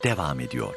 devam ediyor.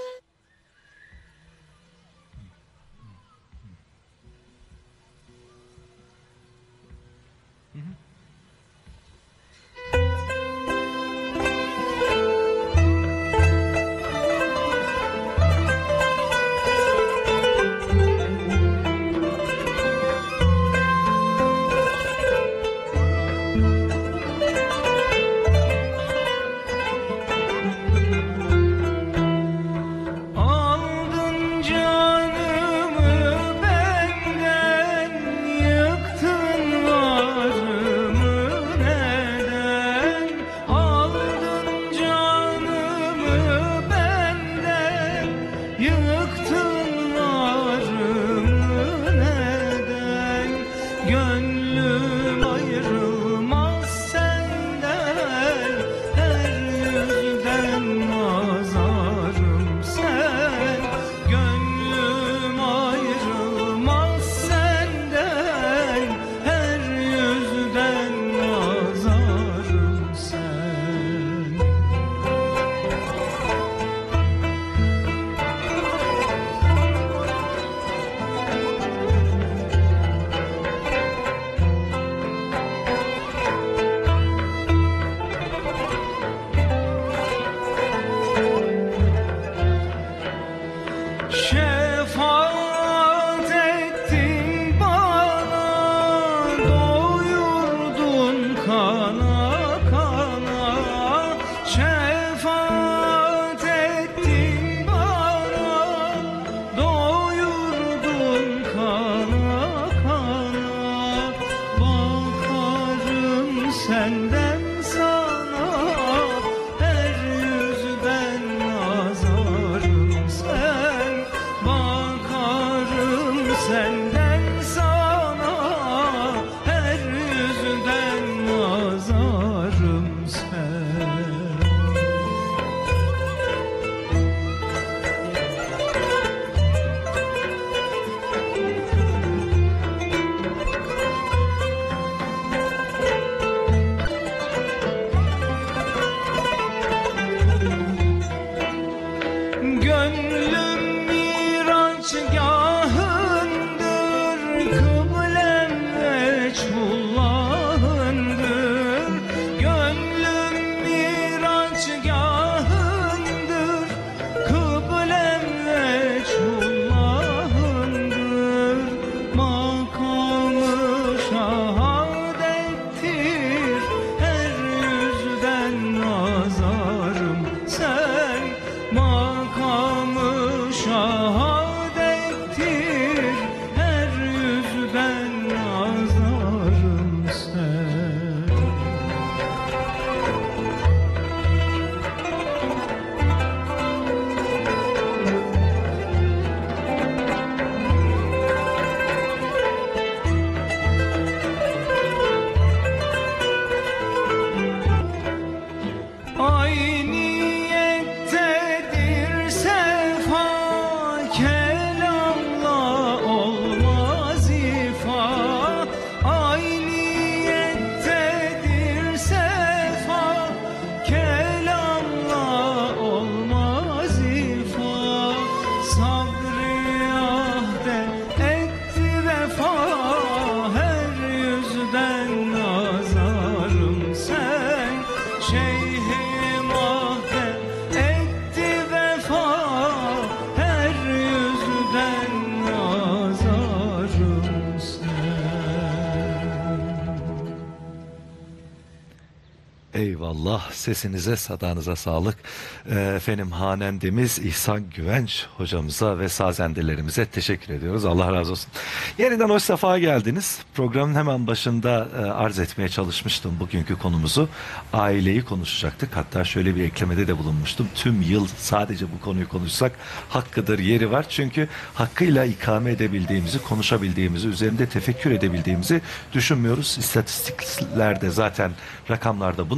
Eyvallah, sesinize, sadanıza sağlık. Efendim, hanendemiz İhsan Güvenç hocamıza ve sazendelerimize teşekkür ediyoruz. Allah razı olsun. Yeniden hoş sefa geldiniz. Programın hemen başında arz etmeye çalışmıştım bugünkü konumuzu. Aileyi konuşacaktık. Hatta şöyle bir eklemede de bulunmuştum. Tüm yıl sadece bu konuyu konuşsak hakkıdır, yeri var. Çünkü hakkıyla ikame edebildiğimizi, konuşabildiğimizi, üzerinde tefekkür edebildiğimizi düşünmüyoruz. İstatistiklerde zaten, rakamlarda bunu söylüyor.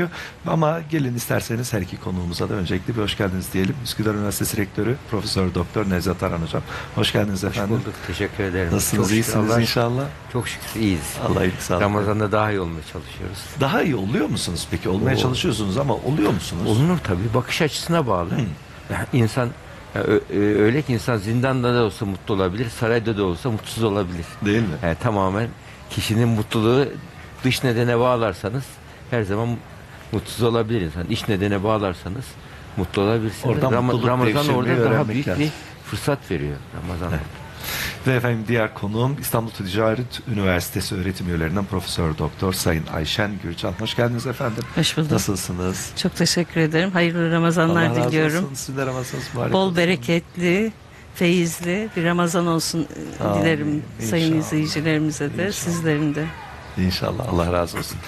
görünüyor. Ama gelin isterseniz her iki konuğumuza da öncelikle bir hoş geldiniz diyelim. Üsküdar Üniversitesi Rektörü Profesör Doktor Nevzat Aran Hocam. Hoş geldiniz efendim. Hoş bulduk. Teşekkür ederim. Nasılsınız? Çok İyisiniz şükür, inşallah. Çok şükür iyiyiz. Allah iyilik sağlık. Ramazan'da daha iyi olmaya çalışıyoruz. Daha iyi oluyor musunuz peki? Olmaya çalışıyorsunuz ama oluyor musunuz? Olunur tabii. Bakış açısına bağlı. Yani insan öyle ki insan zindanda da olsa mutlu olabilir, sarayda da olsa mutsuz olabilir. Değil mi? Yani tamamen kişinin mutluluğu dış nedene bağlarsanız her zaman mutsuz olabilir insan. İç nedene bağlarsanız mutlu olabilirsiniz. Oradan mutluluk Ramazan devşirmeyi orada daha öğrenmek büyük lazım. bir fırsat veriyor Ramazan. Evet. Ve efendim diğer konuğum İstanbul Ticaret Üniversitesi öğretim üyelerinden Profesör Doktor Sayın Ayşen Gürcan. Hoş geldiniz efendim. Hoş bulduk. Nasılsınız? Çok teşekkür ederim. Hayırlı Ramazanlar Allah razı diliyorum. olsun. Sizin de Ramazanınız mübarek Bol olsun. bereketli, feyizli bir Ramazan olsun Amin. dilerim sayın İnşallah. izleyicilerimize de, İnşallah. sizlerin de. İnşallah. Allah razı olsun.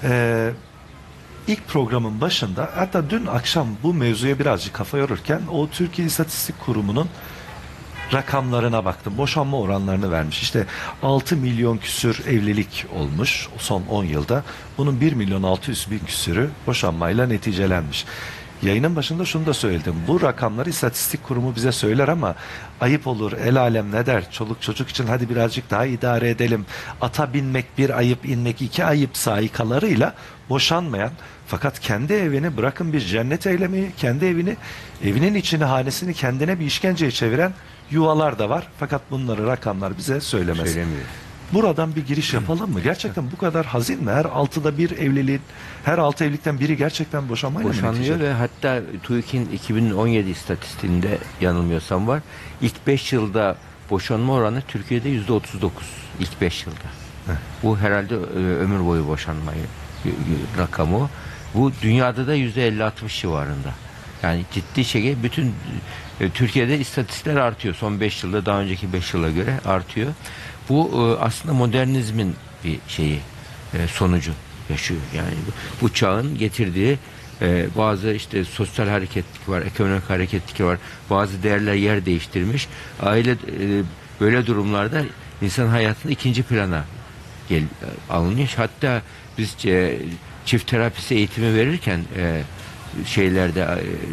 İlk programın başında, hatta dün akşam bu mevzuya birazcık kafa yorurken o Türkiye İstatistik Kurumu'nun rakamlarına baktım. Boşanma oranlarını vermiş. İşte 6 milyon küsür evlilik olmuş son 10 yılda. Bunun 1 milyon 600 bin küsürü boşanmayla neticelenmiş. Yayının başında şunu da söyledim. Bu rakamları İstatistik Kurumu bize söyler ama ayıp olur. El alem ne der? Çoluk çocuk için hadi birazcık daha idare edelim. Ata binmek bir ayıp, inmek iki ayıp saikalarıyla boşanmayan, fakat kendi evini, bırakın bir cennet eylemeyi, kendi evinin içini, hanesini kendine bir işkenceye çeviren yuvalar da var. Fakat bunları rakamlar bize söylemez. Söylemiyor. Buradan bir giriş yapalım mı? Gerçekten bu kadar hazin mi? Her 6'da bir evliliğin, her 6 evlilikten biri gerçekten boşanmayla mı Boşanıyor neticede? ve hatta TÜİK'in 2017 istatistiğinde yanılmıyorsam var. İlk 5 yılda boşanma oranı Türkiye'de %39. İlk 5 yılda. Bu herhalde ömür boyu boşanmayı rakamı. Bu dünyada da %50-60 civarında. Yani ciddi şekilde bütün Türkiye'de istatistikler artıyor. Son 5 yılda daha önceki 5 yıla göre artıyor. Bu aslında modernizmin bir şeyi, sonucu yaşıyor. Yani bu çağın getirdiği bazı işte sosyal hareketlik var, ekonomik hareketlik var, bazı değerler yer değiştirmiş. Aile böyle durumlarda insan hayatının ikinci plana alınıyor. Hatta biz çift terapisi eğitimi verirken şeylerde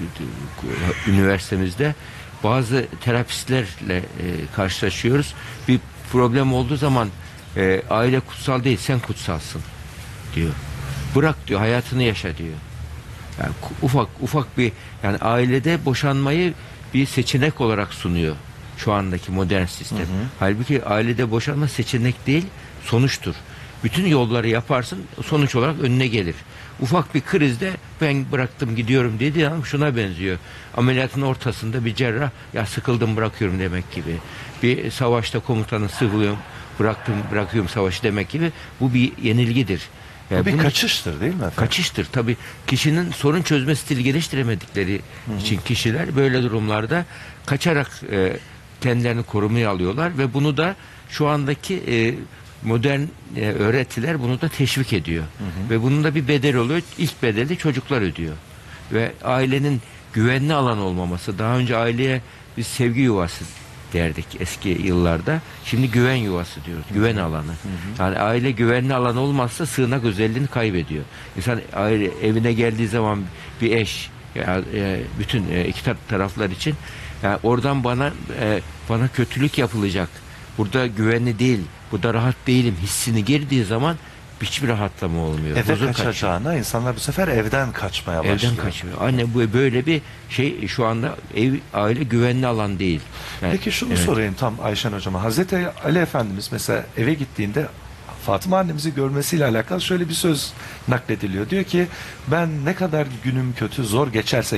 üniversitemizde bazı terapistlerle karşılaşıyoruz. Bir problem olduğu zaman aile kutsal değil, sen kutsalsın diyor. Bırak diyor, hayatını yaşa diyor. Yani ufak bir, yani ailede boşanmayı bir seçenek olarak sunuyor şu andaki modern sistem. Halbuki ailede boşanma seçenek değil, sonuçtur. Bütün yolları yaparsın, sonuç olarak önüne gelir. Ufak bir krizde ben bıraktım gidiyorum dediği an şuna benziyor. Ameliyatın ortasında bir cerrah ya sıkıldım bırakıyorum demek gibi. Bir savaşta komutanı sıkılıyorum bırakıyorum savaşı demek gibi. Bu bir yenilgidir. Bu bir kaçıştır değil mi efendim? Kaçıştır. Tabii kişinin sorun çözme stili geliştiremedikleri için kişiler böyle durumlarda kaçarak kendilerini korumaya alıyorlar ve bunu da şu andaki modern öğretiler bunu da teşvik ediyor. Ve bunun da bir bedeli oluyor. İlk bedeli çocuklar ödüyor. Ve ailenin güvenli alan olmaması. Daha önce aileye biz sevgi yuvası derdik eski yıllarda. Şimdi güven yuvası diyoruz. Güven alanı. Yani aile güvenli alan olmazsa sığınak özelliğini kaybediyor. İnsan aile evine geldiği zaman bir eş bütün iki taraflar için yani oradan bana kötülük yapılacak. Burada güvenli değil, burada rahat değilim hissini girdiği zaman hiçbir rahatlama olmuyor. Eve Huzur kaçacağına insanlar bu sefer evden kaçmaya başlıyor. Evden kaçıyor. Anne bu böyle bir şey şu anda aile güvenli alan değil. Yani, Peki şunu sorayım tam Ayşen Hocama. Hazreti Ali Efendimiz mesela eve gittiğinde Fatıma annemizi görmesiyle alakalı şöyle bir söz naklediliyor. Diyor ki ben ne kadar günüm kötü zor geçerse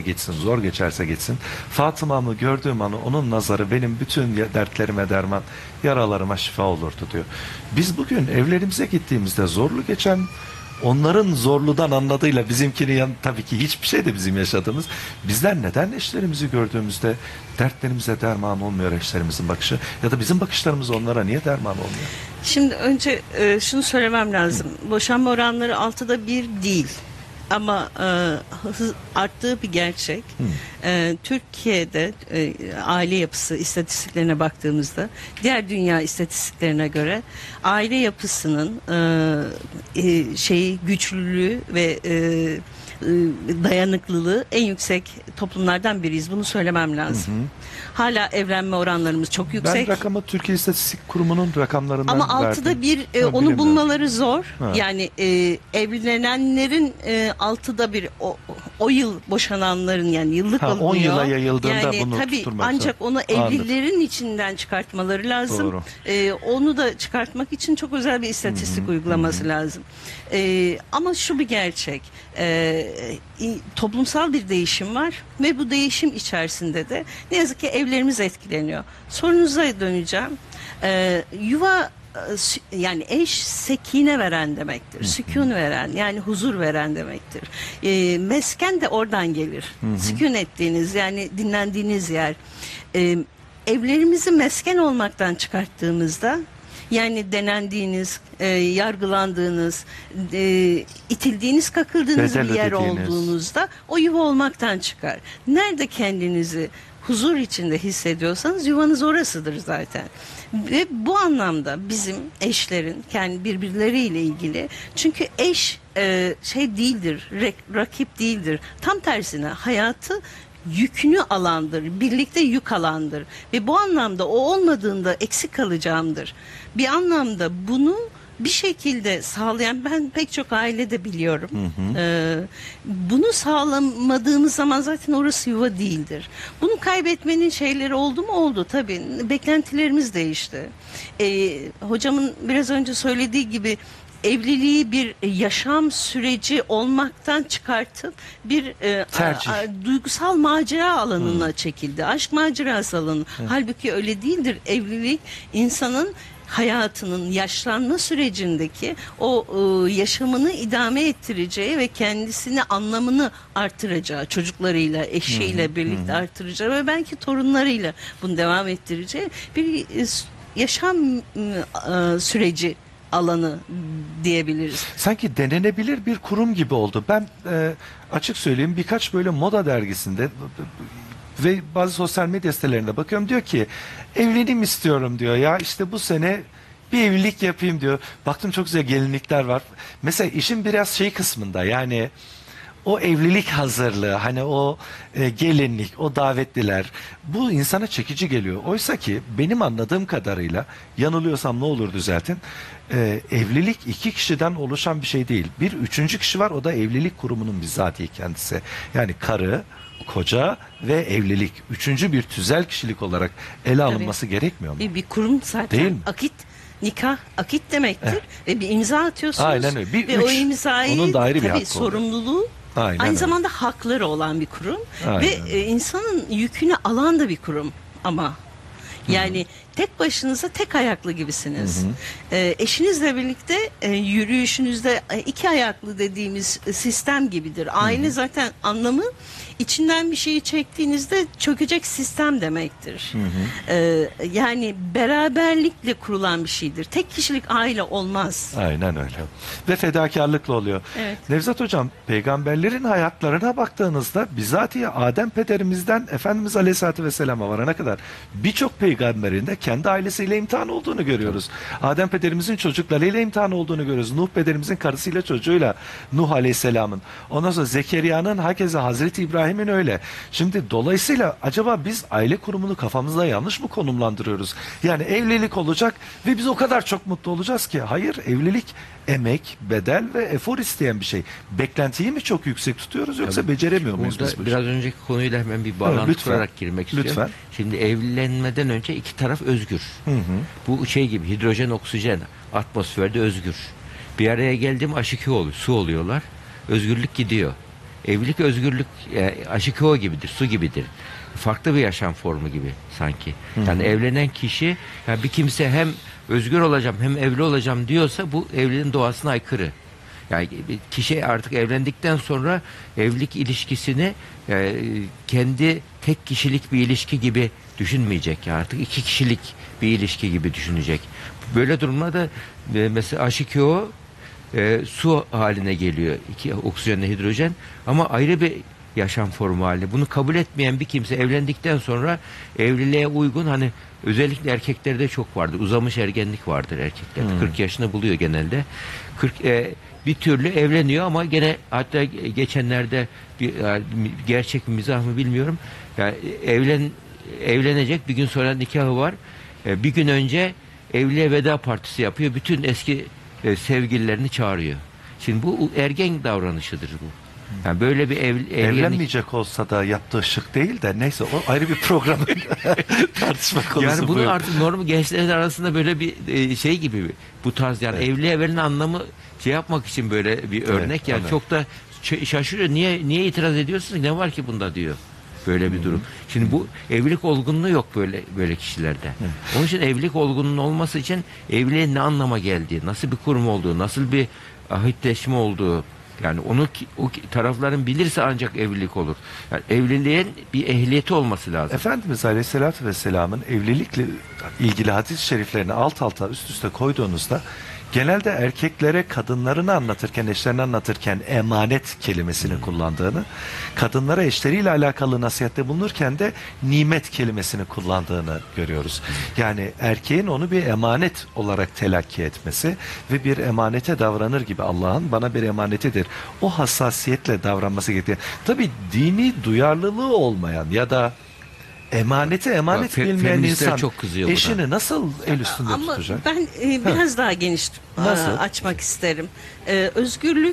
geçsin. Fatıma'mı gördüğüm an onun nazarı benim bütün dertlerime derman, yaralarıma şifa olurdu diyor. Biz bugün evlerimize gittiğimizde zorlu geçen, onların zorludan anladığıyla bizimkini tabii ki hiçbir şey de bizim yaşadığımız. Bizler neden eşlerimizi gördüğümüzde dertlerimize derman olmuyor eşlerimizin bakışı ya da bizim bakışlarımız onlara niye derman olmuyor? Şimdi önce şunu söylemem lazım. Boşanma oranları 6'da 1 değil. ama arttığı bir gerçek. Türkiye'de aile yapısı istatistiklerine baktığımızda diğer dünya istatistiklerine göre aile yapısının güçlülüğü ve dayanıklılığı en yüksek toplumlardan biriyiz. Bunu söylemem lazım. Hala evlenme oranlarımız çok yüksek. Ben rakamı Türkiye İstatistik Kurumu'nun rakamlarından Ama verdim. altıda bir onu bilemiyorum. bulmaları zor. Ha. Yani evlenenlerin altıda bir o yıl boşananların yani yıllık 10 alınıyor. yıla yayıldığında yani, bunu tabii tutturmak ancak zor. onu Anladım. evlilerin içinden çıkartmaları lazım. Doğru. Onu da çıkartmak için çok özel bir istatistik uygulaması lazım. Ama şu bir gerçek. Toplumsal bir değişim var ve bu değişim içerisinde de ne yazık ki evlerimiz etkileniyor. Sorunuza döneceğim. Yuva yani eş sekine veren demektir. Sükun veren yani huzur veren demektir. Mesken de oradan gelir. Sükun ettiğiniz yani dinlendiğiniz yer. Evlerimizi mesken olmaktan çıkarttığımızda yani denendiğiniz, yargılandığınız, itildiğiniz, kakıldığınız Bedel bir yer ödediğiniz. olduğunuzda o yuva olmaktan çıkar. Nerede kendinizi huzur içinde hissediyorsanız yuvanız orasıdır zaten. Ve bu anlamda bizim eşlerin kendi birbirleriyle ilgili çünkü eş değildir, rakip değildir. Tam tersine hayatı yükünü alandır, birlikte yük alandır ve bu anlamda o olmadığında eksik kalacağımdır. Bir anlamda bunu bir şekilde sağlayan ben pek çok ailede biliyorum. Bunu sağlamadığımız zaman zaten orası yuva değildir. Bunu kaybetmenin şeyleri oldu mu? Oldu tabii. Beklentilerimiz değişti. Hocamın biraz önce söylediği gibi evliliği bir yaşam süreci olmaktan çıkartıp bir Tercih. duygusal macera alanına çekildi. Aşk macerası alanı. Halbuki öyle değildir. Evlilik insanın hayatının yaşlanma sürecindeki o yaşamını idame ettireceği ve kendisini anlamını artıracağı çocuklarıyla, eşiyle birlikte artıracağı ve belki torunlarıyla bunu devam ettireceği bir yaşam süreci alanı diyebiliriz. Sanki denenebilir bir kurum gibi oldu. Ben açık söyleyeyim birkaç böyle moda dergisinde ve bazı sosyal medya sitelerinde bakıyorum diyor ki evleneyim istiyorum diyor ya işte bu sene bir evlilik yapayım diyor. Baktım çok güzel gelinlikler var. Mesela işin biraz şey kısmında yani o evlilik hazırlığı hani o gelinlik o davetliler bu insana çekici geliyor. Oysa ki benim anladığım kadarıyla yanılıyorsam ne olur düzeltin. Evlilik iki kişiden oluşan bir şey değil. Bir üçüncü kişi var o da evlilik kurumunun bizatihi kendisi. Yani karı, koca ve evlilik. Üçüncü bir tüzel kişilik olarak ele alınması gerekmiyor mu? Bir kurum zaten. Değil mi? Akit, nikah, akit demektir. Ve bir imza atıyorsunuz. Aynen öyle. Bir ve o üç. imzayı Onun da ayrı bir tabii hakkı oluyor. sorumluluğu Aynen aynı öyle. zamanda hakları olan bir kurum. Aynen Ve öyle. insanın yükünü alan da bir kurum ama. Yani tek başınıza tek ayaklı gibisiniz. Eşinizle birlikte yürüyüşünüzde iki ayaklı dediğimiz sistem gibidir. Aile zaten anlamı içinden bir şeyi çektiğinizde çökecek sistem demektir. Yani beraberlikle kurulan bir şeydir. Tek kişilik aile olmaz. Aynen öyle. Ve fedakarlıkla oluyor. Evet. Nevzat Hocam, peygamberlerin hayatlarına baktığınızda bizatihi Adem pederimizden Efendimiz Aleyhisselatü Vesselam'a varana kadar birçok peygamberin de kendi ailesiyle imtihan olduğunu görüyoruz. Adem pederimizin çocuklarıyla imtihan olduğunu görüyoruz. Nuh pederimizin karısıyla çocuğuyla Nuh Aleyhisselam'ın. Ondan sonra Zekeriya'nın hakeza Hazreti İbrahim'in öyle. Şimdi dolayısıyla acaba biz aile kurumunu kafamızda yanlış mı konumlandırıyoruz? Yani evlilik olacak ve biz o kadar çok mutlu olacağız ki. Hayır, evlilik emek, bedel ve efor isteyen bir şey. Beklentiyi mi çok yüksek tutuyoruz yoksa Tabii. beceremiyor muyuz Burada biz bu işi? biraz önceki konuyla hemen bir bağlantı lütfen. kurarak girmek istiyorum. Lütfen. Şimdi evlenmeden önce iki taraf özgür. Bu şey gibi hidrojen, oksijen atmosferde özgür. Bir araya geldi mi H2O su oluyorlar. Özgürlük gidiyor. Evlilik özgürlük H2O gibidir, su gibidir. Farklı bir yaşam formu gibi sanki. Yani evlenen kişi yani bir kimse hem özgür olacağım hem evli olacağım diyorsa bu evliliğin doğasına aykırı. Yani kişi artık evlendikten sonra evlilik ilişkisini kendi tek kişilik bir ilişki gibi düşünmeyecek. Yani artık iki kişilik bir ilişki gibi düşünecek. Böyle durumlarda mesela H2O su haline geliyor. İki oksijenle hidrojen, ama ayrı bir yaşam formu halinde. Bunu kabul etmeyen bir kimse evlendikten sonra evliliğe uygun, hani özellikle erkeklerde çok vardır. Uzamış ergenlik vardır erkeklerde. 40 yaşını buluyor genelde. 40 bir türlü evleniyor ama gene, hatta geçenlerde gerçek mi mizah mı bilmiyorum. Yani evlenecek, bir gün sonra nikahı var. Bir gün önce evliliğe veda partisi yapıyor. Bütün eski sevgililerini çağırıyor. Şimdi bu ergen davranışıdır bu. Yani böyle bir Evlenmeyecek olsa da yaptığı şık değil de, neyse, o ayrı bir programın tartışma konusu. Yani bunu buyurun. artık normal gençlerin arasında böyle bir şey gibi, bu tarz, yani evliliğe verilen anlamı şey yapmak için böyle bir örnek, yani evet. çok da şaşırıyor. Niye itiraz ediyorsunuz? Ne var ki bunda diyor. Böyle bir durum. Şimdi bu evlilik olgunluğu yok böyle kişilerde. Onun için evlilik olgunluğu olması için evliliğin ne anlama geldiği, nasıl bir kurum olduğu, nasıl bir ahitleşme olduğu, yani onu o tarafların bilirse ancak evlilik olur. Yani evliliğin bir ehliyeti olması lazım. Efendimiz Aleyhisselatü Vesselam'ın evlilikle ilgili hadis-i şeriflerini alt alta üst üste koyduğunuzda, genelde erkeklere kadınlarını anlatırken, eşlerini anlatırken emanet kelimesini kullandığını, kadınlara eşleriyle alakalı nasihatte bulunurken de nimet kelimesini kullandığını görüyoruz. Yani erkeğin onu bir emanet olarak telakki etmesi ve bir emanete davranır gibi, Allah'ın bana bir emanetidir, o hassasiyetle davranması gerekiyor. Tabii dini duyarlılığı olmayan ya da emaneti emanet bilmeyen feministler insan çok kızıyor buna. eşini nasıl el üstünde Ama tutacak? ben biraz daha geniş Nasıl? açmak isterim. Özgürlük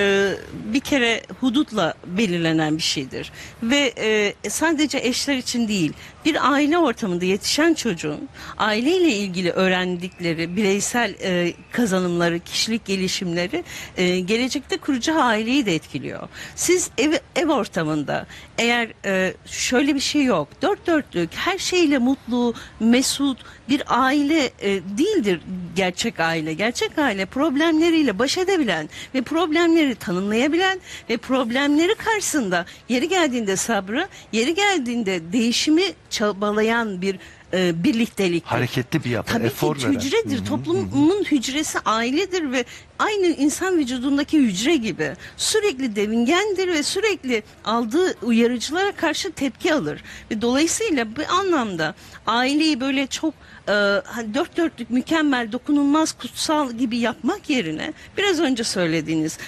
bir kere hudutla belirlenen bir şeydir. Ve sadece eşler için değil, bir aile ortamında yetişen çocuğun aileyle ilgili öğrendikleri bireysel kazanımları, kişilik gelişimleri gelecekte kuracağı aileyi de etkiliyor. Siz ev ortamında eğer şöyle bir şey yok, dört dörtlük, her şeyle mutlu, mesut bir aile değildir gerçek aile. Gerçek aile problemleriyle baş edebilen ve problemleri tanımlayabilen ve problemleri karşısında yeri geldiğinde sabrı, yeri geldiğinde değişimi çabalayan bir birlikteliktir. Hareketli bir yapı, Tabii efor ki veren. hücredir. Toplumun hücresi ailedir ve aynı insan vücudundaki hücre gibi sürekli devingendir ve sürekli aldığı uyarıcılara karşı tepki alır. Ve dolayısıyla bu anlamda aileyi böyle çok dört dörtlük, mükemmel, dokunulmaz, kutsal gibi yapmak yerine biraz önce söylediğiniz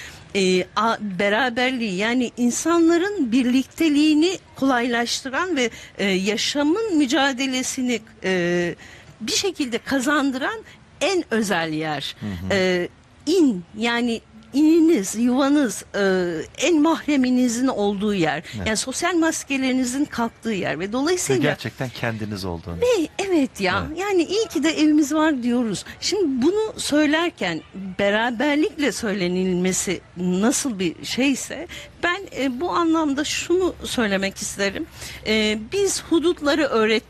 beraberliği, yani insanların birlikteliğini kolaylaştıran ve yaşamın mücadelesini bir şekilde kazandıran en özel yer. Yani ininiz, yuvanız, en mahreminizin olduğu yer. Evet. Yani sosyal maskelerinizin kalktığı yer ve Ve dolayısıyla gerçekten kendiniz olduğunu. evet ya, Evet. yani iyi ki de evimiz var diyoruz. Şimdi bunu söylerken beraberlikle söylenilmesi nasıl bir şeyse, ben bu anlamda şunu söylemek isterim. Biz hudutları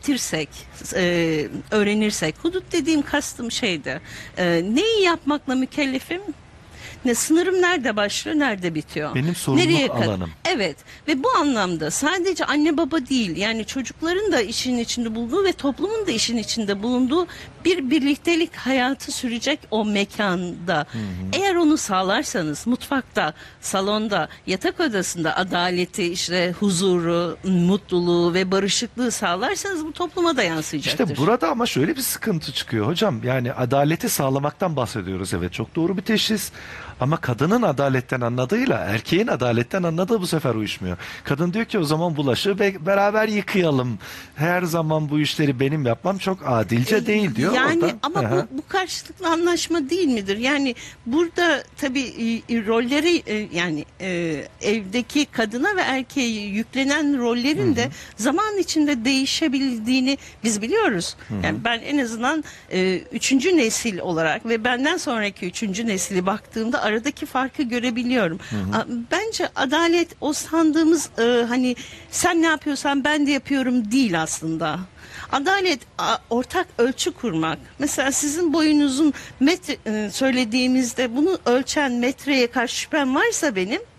öğrenirsek, hudut dediğim kastım şeydi. Neyi yapmakla mükellefim? Sınırım nerede başlıyor, nerede bitiyor? Benim sorumluluk Nereye kadar? alanım. Evet, ve bu anlamda sadece anne baba değil, yani çocukların da işin içinde bulunduğu ve toplumun da işin içinde bulunduğu bir birliktelik hayatı sürecek o mekanda. Eğer onu sağlarsanız, mutfakta, salonda, yatak odasında adaleti, işte huzuru, mutluluğu ve barışıklığı sağlarsanız bu topluma da yansıyacaktır. İşte burada ama şöyle bir sıkıntı çıkıyor hocam. Yani adaleti sağlamaktan bahsediyoruz. Evet, çok doğru bir teşhis. Ama kadının adaletten anladığıyla erkeğin adaletten anladığı bu sefer uyuşmuyor. Kadın diyor ki o zaman bulaşığı beraber yıkayalım. Her zaman bu işleri benim yapmam çok adilce değil diyor. Yani orada. ama Aha. bu karşılıklı anlaşma değil midir? Yani burada tabii rolleri yani evdeki kadına ve erkeğe yüklenen rollerin de zaman içinde değişebildiğini biz biliyoruz. Yani ben en azından 3. nesil olarak ve benden sonraki 3. nesili baktığımda aradaki farkı görebiliyorum. Bence adalet o sandığımız hani sen ne yapıyorsan ben de yapıyorum değil aslında. Adalet ortak ölçü kurmak. Mesela sizin boyunuzun söylediğimizde bunu ölçen metreye karşı şüphem varsa benim,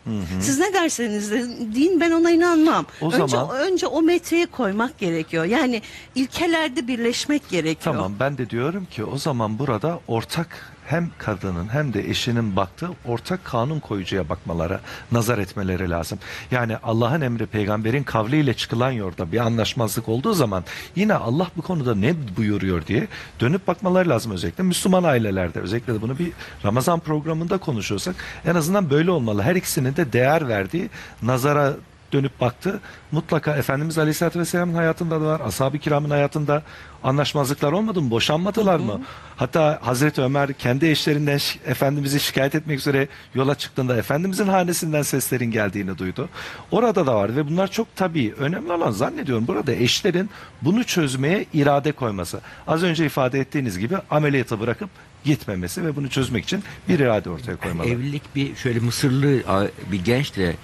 Siz ne derseniz de deyin, ben ona inanmam. O Önce o metreye koymak gerekiyor. Yani ilkelerde birleşmek gerekiyor. Tamam, ben de diyorum ki o zaman burada ortak, hem kadının hem de eşinin baktığı ortak kanun koyucuya bakmalara, nazar etmeleri lazım. Yani Allah'ın emri peygamberin kavliyle çıkılan yolda bir anlaşmazlık olduğu zaman yine Allah bu konuda ne buyuruyor diye dönüp bakmaları lazım, özellikle Müslüman ailelerde. Özellikle de bunu bir Ramazan programında konuşuyorsak en azından böyle olmalı. Her ikisinin de değer verdiği, nazara dönüp baktı. Mutlaka Efendimiz Aleyhisselatü Vesselam'ın hayatında da var. Ashab-ı kiramın hayatında anlaşmazlıklar olmadı mı? Boşanmadılar mı? Hatta Hazreti Ömer kendi eşlerinden Efendimiz'i şikayet etmek üzere yola çıktığında Efendimiz'in hanesinden seslerin geldiğini duydu. Orada da var ve bunlar çok tabii. Önemli olan zannediyorum burada eşlerin bunu çözmeye irade koyması. Az önce ifade ettiğiniz gibi ameliyatı bırakıp gitmemesi ve bunu çözmek için bir irade ortaya koymaları. Evlilik bir şöyle Mısırlı bir gençle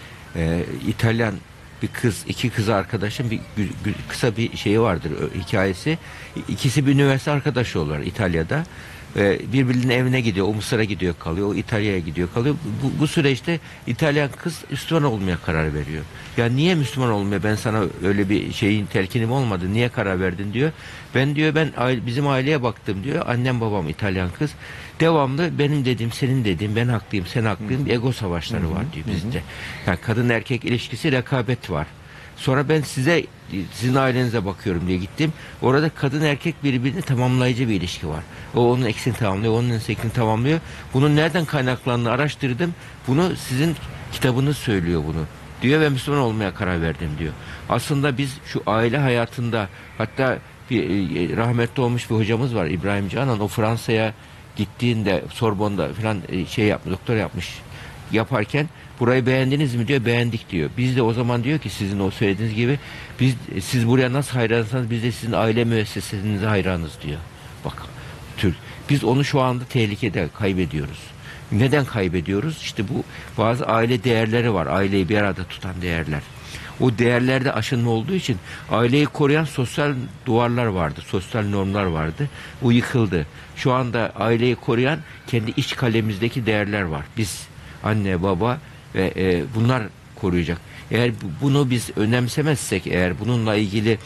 İtalyan bir kız, iki kız arkadaşım, kısa bir şeyi vardır hikayesi. İkisi bir üniversite arkadaşı oluyorlar İtalya'da. Birbirinin evine gidiyor. O Mısır'a gidiyor kalıyor. O İtalya'ya gidiyor kalıyor. Bu süreçte İtalyan kız Müslüman olmaya karar veriyor. Ya niye Müslüman olmaya, ben sana öyle bir şeyin telkinim olmadı, niye karar verdin diyor. Ben diyor, bizim aileye baktım diyor. Annem babam İtalyan kız. Devamlı benim dediğim senin dediğin, ben haklıyım sen haklıyım, bir ego savaşları var diyor bizde. Yani kadın erkek ilişkisi, rekabet var. Sonra ben sizin ailenize bakıyorum diye gittim. Orada kadın erkek birbirini tamamlayıcı bir ilişki var. O onun eksini tamamlıyor, onun eksikini tamamlıyor. Bunun nereden kaynaklandığını araştırdım. Bunu sizin kitabınız söylüyor bunu diyor ve Müslüman olmaya karar verdim diyor. Aslında biz şu aile hayatında, hatta bir rahmetli olmuş bir hocamız var, İbrahim Canan. O Fransa'ya gittiğinde Sorbonne'da falan doktor yapmış. Yaparken burayı beğendiniz mi diyor, beğendik diyor. Biz de o zaman diyor ki sizin o söylediğiniz gibi siz buraya nasıl hayransanız biz de sizin aile müessesenize hayranız diyor. Bak Türk. Biz onu şu anda tehlikede kaybediyoruz. Neden kaybediyoruz? İşte bu bazı aile değerleri var. Aileyi bir arada tutan değerler. O değerlerde aşınma olduğu için aileyi koruyan sosyal duvarlar vardı. Sosyal normlar vardı. O yıkıldı. Şu anda aileyi koruyan kendi iç kalemizdeki değerler var. Biz anne, baba ve bunlar koruyacak. Eğer bunu biz önemsemezsek, eğer bununla ilgili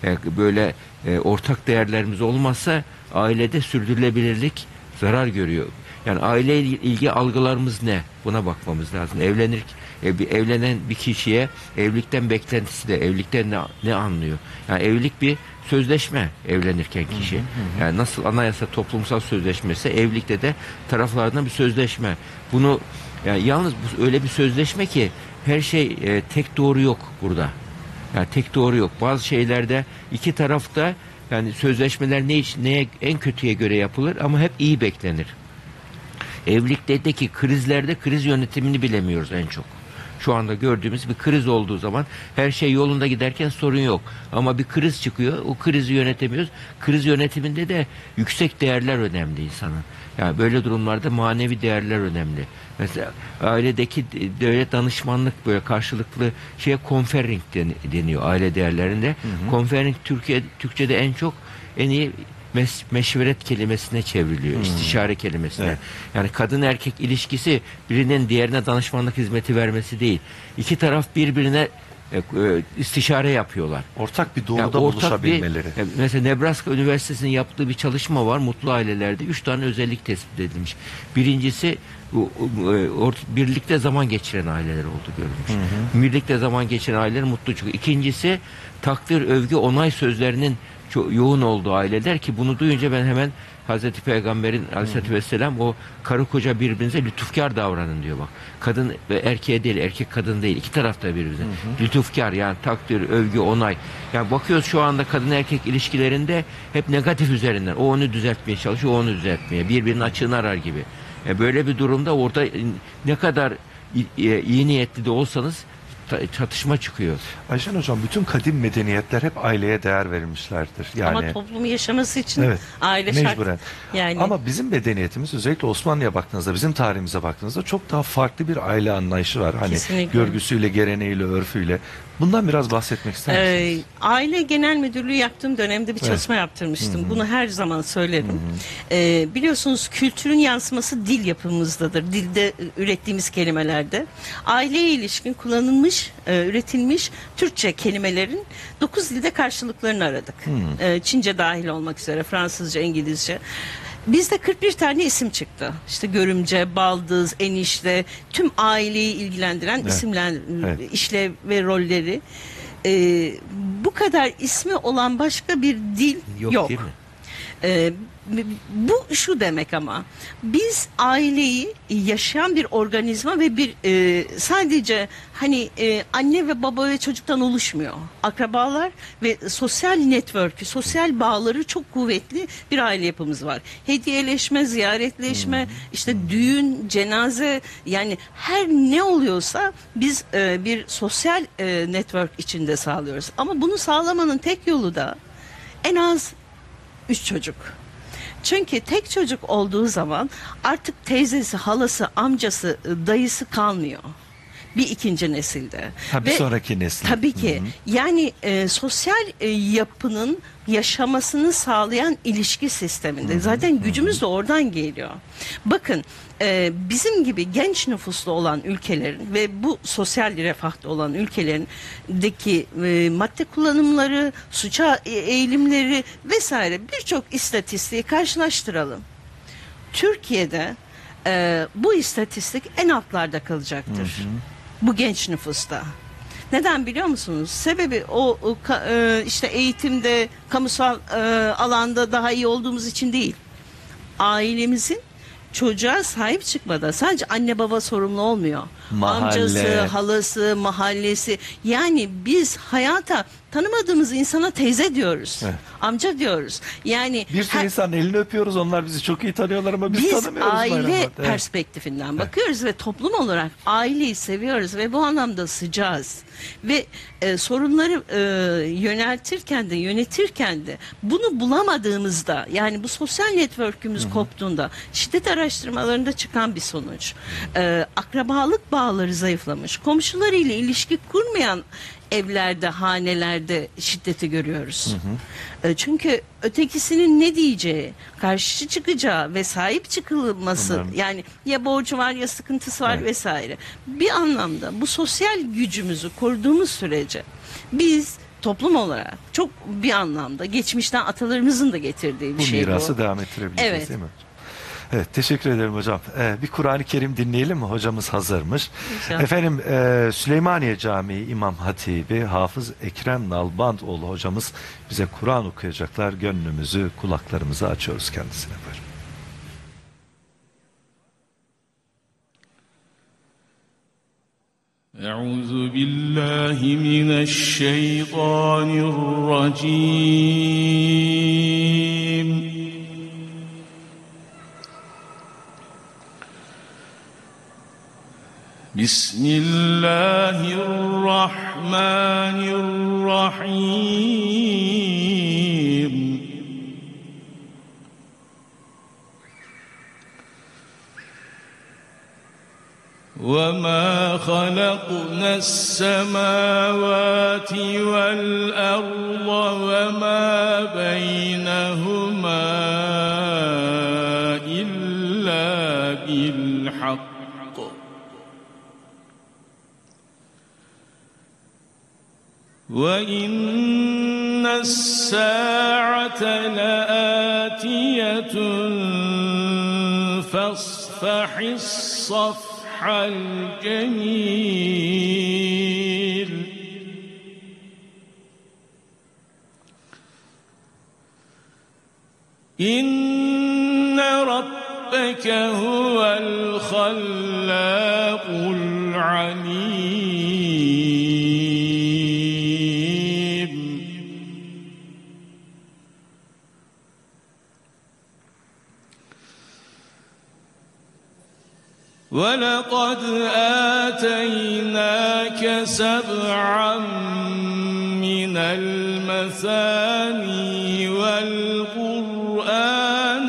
böyle ortak değerlerimiz olmazsa ailede sürdürülebilirlik zarar görüyor. Yani aileyle ilgili algılarımız ne? Buna bakmamız lazım. Evlenen bir kişiye evlilikten beklentisi de, evlilikten ne anlıyor? Yani evlilik bir sözleşme, evlenirken kişi. Yani nasıl anayasa toplumsal sözleşmesi, evlilikte de taraflardan bir sözleşme. Bunu yani yalnız öyle bir sözleşme ki her şey tek doğru yok burada. Yani tek doğru yok. Bazı şeylerde iki tarafta, yani sözleşmeler neye en kötüye göre yapılır ama hep iyi beklenir. Evlilikteki krizlerde kriz yönetimini bilemiyoruz en çok. Şu anda gördüğümüz bir kriz olduğu zaman her şey yolunda giderken sorun yok. Ama bir kriz çıkıyor, o krizi yönetemiyoruz. Kriz yönetiminde de yüksek değerler önemli insanın. Yani böyle durumlarda manevi değerler önemli. Mesela ailedeki devlet danışmanlık, böyle karşılıklı şeye conferring deniyor aile değerlerinde. Conferring Türkçe'de en iyi meşveret kelimesine çevriliyor. İstişare kelimesine. Evet. Yani kadın erkek ilişkisi birinin diğerine danışmanlık hizmeti vermesi değil. İki taraf birbirine istişare yapıyorlar. Ortak bir doğruda buluşabilmeleri. Mesela Nebraska Üniversitesi'nin yaptığı bir çalışma var. Mutlu ailelerde 3 tane özellik tespit edilmiş. Birincisi birlikte zaman geçiren aileler oldu görülmüş. Birlikte zaman geçiren aileler mutlu çıkıyor. İkincisi takdir, övgü, onay sözlerinin çok yoğun olduğu aileler, ki bunu duyunca ben hemen Hazreti Peygamber'in Aleyhisselatü Vesselam o karı koca birbirinize lütufkar davranın diyor bak. Kadın ve erkeğe değil, erkek kadın değil. İki tarafta birbirine. Lütufkar, yani takdir, övgü, onay. Yani bakıyoruz şu anda kadın erkek ilişkilerinde hep negatif üzerinden. O onu düzeltmeye çalışıyor, o onu düzeltmeye. Birbirinin açığını arar gibi. Böyle bir durumda orada ne kadar iyi niyetli de olsanız çatışma çıkıyor. Ayşen Hocam, bütün kadim medeniyetler hep aileye değer verilmişlerdir. Yani Ama toplumu yaşaması için evet, aile şart. mecburen. Yani Ama bizim medeniyetimiz, özellikle Osmanlı'ya baktığınızda, bizim tarihimize baktığınızda çok daha farklı bir aile anlayışı var. Hani Kesinlikle. görgüsüyle, geleneğiyle, örfüyle. Bundan biraz bahsetmek ister misiniz? Aile Genel Müdürlüğü yaptığım dönemde bir çalışma yaptırmıştım. Bunu her zaman söylerim. Biliyorsunuz kültürün yansıması dil yapımızdadır. Dilde ürettiğimiz kelimelerde. Aileye ilişkin kullanılmış, üretilmiş Türkçe kelimelerin 9 dilde karşılıklarını aradık. Çince dahil olmak üzere, Fransızca, İngilizce. Bizde 41 tane isim çıktı. İşte görümce, baldız, enişte, tüm aileyi ilgilendiren isimler, Evet. işlev ve rolleri. Bu kadar ismi olan başka bir dil yok. Değil mi? Ee, Bu şu demek ama biz aileyi yaşayan bir organizma ve bir sadece hani anne ve baba ve çocuktan oluşmuyor. Akrabalar ve sosyal network'ü, sosyal bağları çok kuvvetli bir aile yapımız var. Hediyeleşme, ziyaretleşme, işte düğün, cenaze, yani her ne oluyorsa biz bir sosyal network içinde sağlıyoruz. Ama bunu sağlamanın tek yolu da en az 3 çocuk. Çünkü tek çocuk olduğu zaman artık teyzesi, halası, amcası, dayısı kalmıyor. Bir ikinci nesilde. Bir sonraki nesil. Tabii ki. Yani sosyal yapının yaşamasını sağlayan ilişki sisteminde. Zaten gücümüz de oradan geliyor. Bakın bizim gibi genç nüfuslu olan ülkelerin ve bu sosyal refahta olan ülkelerindeki madde kullanımları, suça eğilimleri vesaire birçok istatistiği karşılaştıralım. Türkiye'de bu istatistik en altlarda kalacaktır. Bu genç nüfusta. Neden biliyor musunuz? Sebebi işte eğitimde, kamusal alanda daha iyi olduğumuz için değil. Ailemizin çocuğa sahip çıkmada sadece anne baba sorumlu olmuyor. Mahalle. Amcası, halası, mahallesi. Yani biz hayata tanımadığımız insana teyze diyoruz. Evet. Amca diyoruz. Yani Bir sürü insanın elini öpüyoruz. Onlar bizi çok iyi tanıyorlar ama biz biz tanımıyoruz. aile Bayramda. Evet. perspektifinden bakıyoruz ve toplum olarak aileyi seviyoruz ve bu anlamda sıcağız. Ve sorunları yöneltirken de yönetirken de bunu bulamadığımızda, yani bu sosyal network'ümüz koptuğunda, şiddet araştırmalarında çıkan bir sonuç. Akrabalık bağları zayıflamış. Komşularıyla ilişki kurmayan evlerde, hanelerde şiddeti görüyoruz. Çünkü ötekisinin ne diyeceği, karşı çıkacağı ve sahip çıkılması, Bunların... yani ya borcu var ya sıkıntısı var vesaire. Bir anlamda bu sosyal gücümüzü koruduğumuz sürece biz toplum olarak çok bir anlamda geçmişten atalarımızın da getirdiği bir Bu şey mirası bu. devam ettirebileceğiz, Evet. değil mi? Evet, teşekkür ederim hocam. Bir Kur'an-ı Kerim dinleyelim mi? Hocamız hazırmış. İnşallah. Efendim, Süleymaniye Camii İmam Hatibi Hafız Ekrem Nalbantoğlu hocamız bize Kur'an okuyacaklar. Gönlümüzü, kulaklarımızı açıyoruz kendisine. Buyurun. أعوذ بالله من الشيطان الرجيم بسم الله الرحمن الرحيم وما خلقنا السماوات والأرض وما بينهما إلا بالحق وإن الساعة لآتية فاصفح الصفح الجميل إن ربك هو الخلاق العليم وَلَقَدْ آتَيْنَاكَ سَبْعًا مِنَ الْمَثَانِي وَالْقُرْآنَ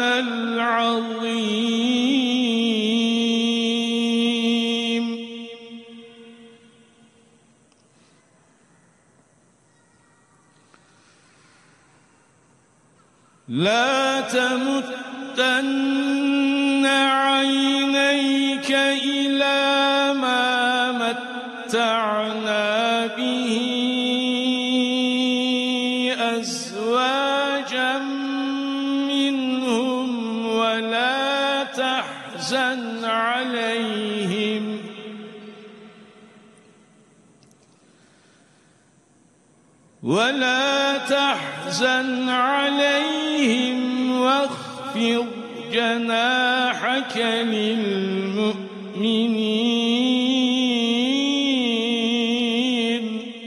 الْعَظِيمَ لَا تَمُدَّنَّ عَيْنَيْكَ إِلَى مَا مَتَّعْنَا بِهِ أَزْوَاجًا مِّنْهُمْ وَلَا تَحْزَنْ عليهم واخفض جناحك للمؤمنين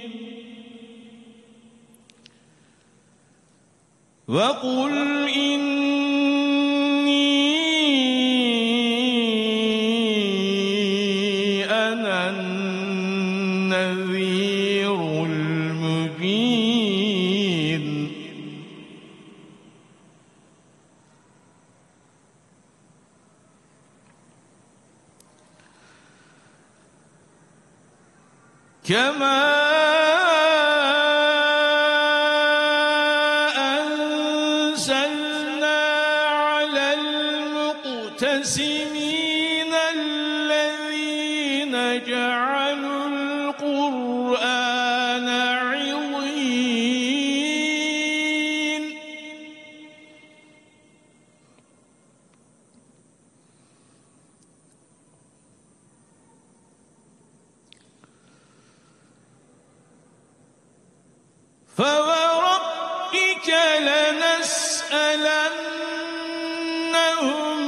وقل إني أنا النذير المبين كما أنزلنا على المقتسمين الذين جعلوا القرآن عضين فوربك لنسألنهم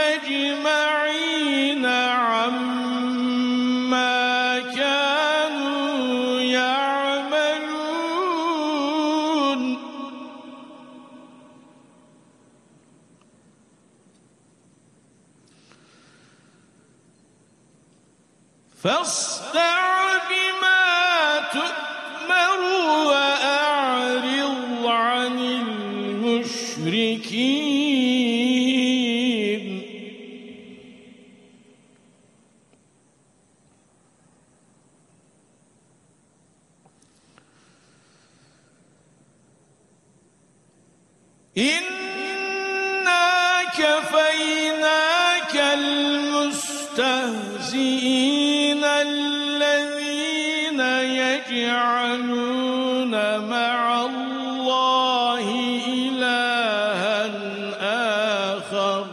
أجمعين عما كانوا يعملون فاصدع بما تؤمر وأعرض عن المشركين إنا كفيناك المستهزئين الذين يجعلون مع الله إلها آخر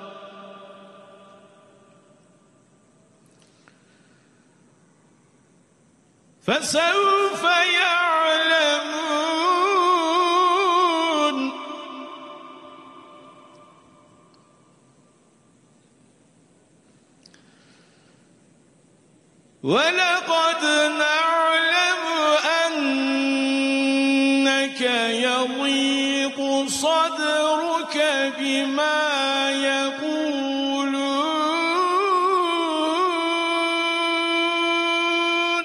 فسوف يعلمون ولقد نعلم أنك يضيق صدرك بما يقولون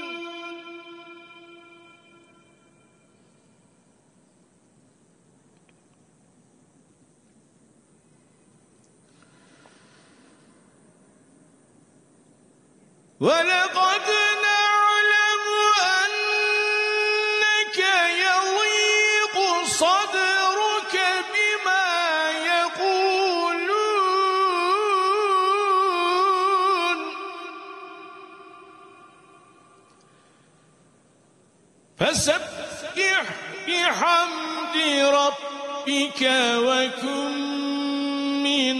ولقد نعلم أنك يضيق صدرك بما يقولون فسبح بحمد ربك وكن من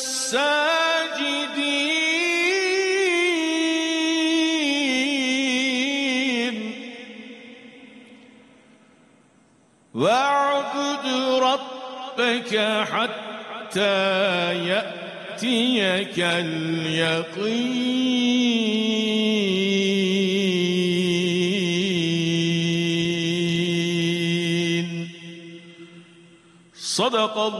الساجدين واعبد ربك حتى يأتيك اليقين صدق الله العظيم.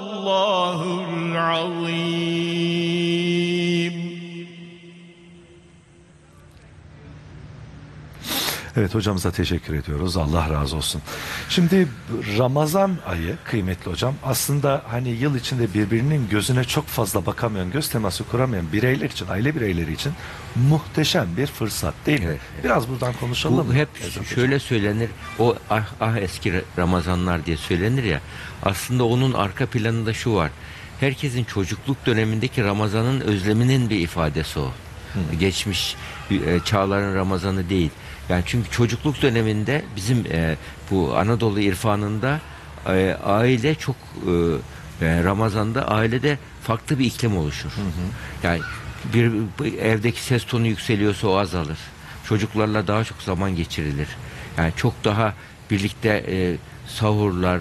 Evet, hocamıza teşekkür ediyoruz. Allah razı olsun. Şimdi Ramazan ayı kıymetli hocam, aslında hani yıl içinde birbirinin gözüne çok fazla bakamayan, göz teması kuramayan bireyler için, aile bireyleri için muhteşem bir fırsat değil mi? Evet, Biraz buradan konuşalım Bu mı? hep Ezra hocam? şöyle söylenir. O eski Ramazanlar diye söylenir ya. Aslında onun arka planında şu var. Herkesin çocukluk dönemindeki Ramazan'ın özleminin bir ifadesi o. Geçmiş çağların Ramazan'ı değil. Yani çünkü çocukluk döneminde bizim bu Anadolu irfanında aile çok Ramazan'da ailede farklı bir iklim oluşur. Yani bir evdeki ses tonu yükseliyorsa o azalır. Çocuklarla daha çok zaman geçirilir. Yani çok daha birlikte sahurlar,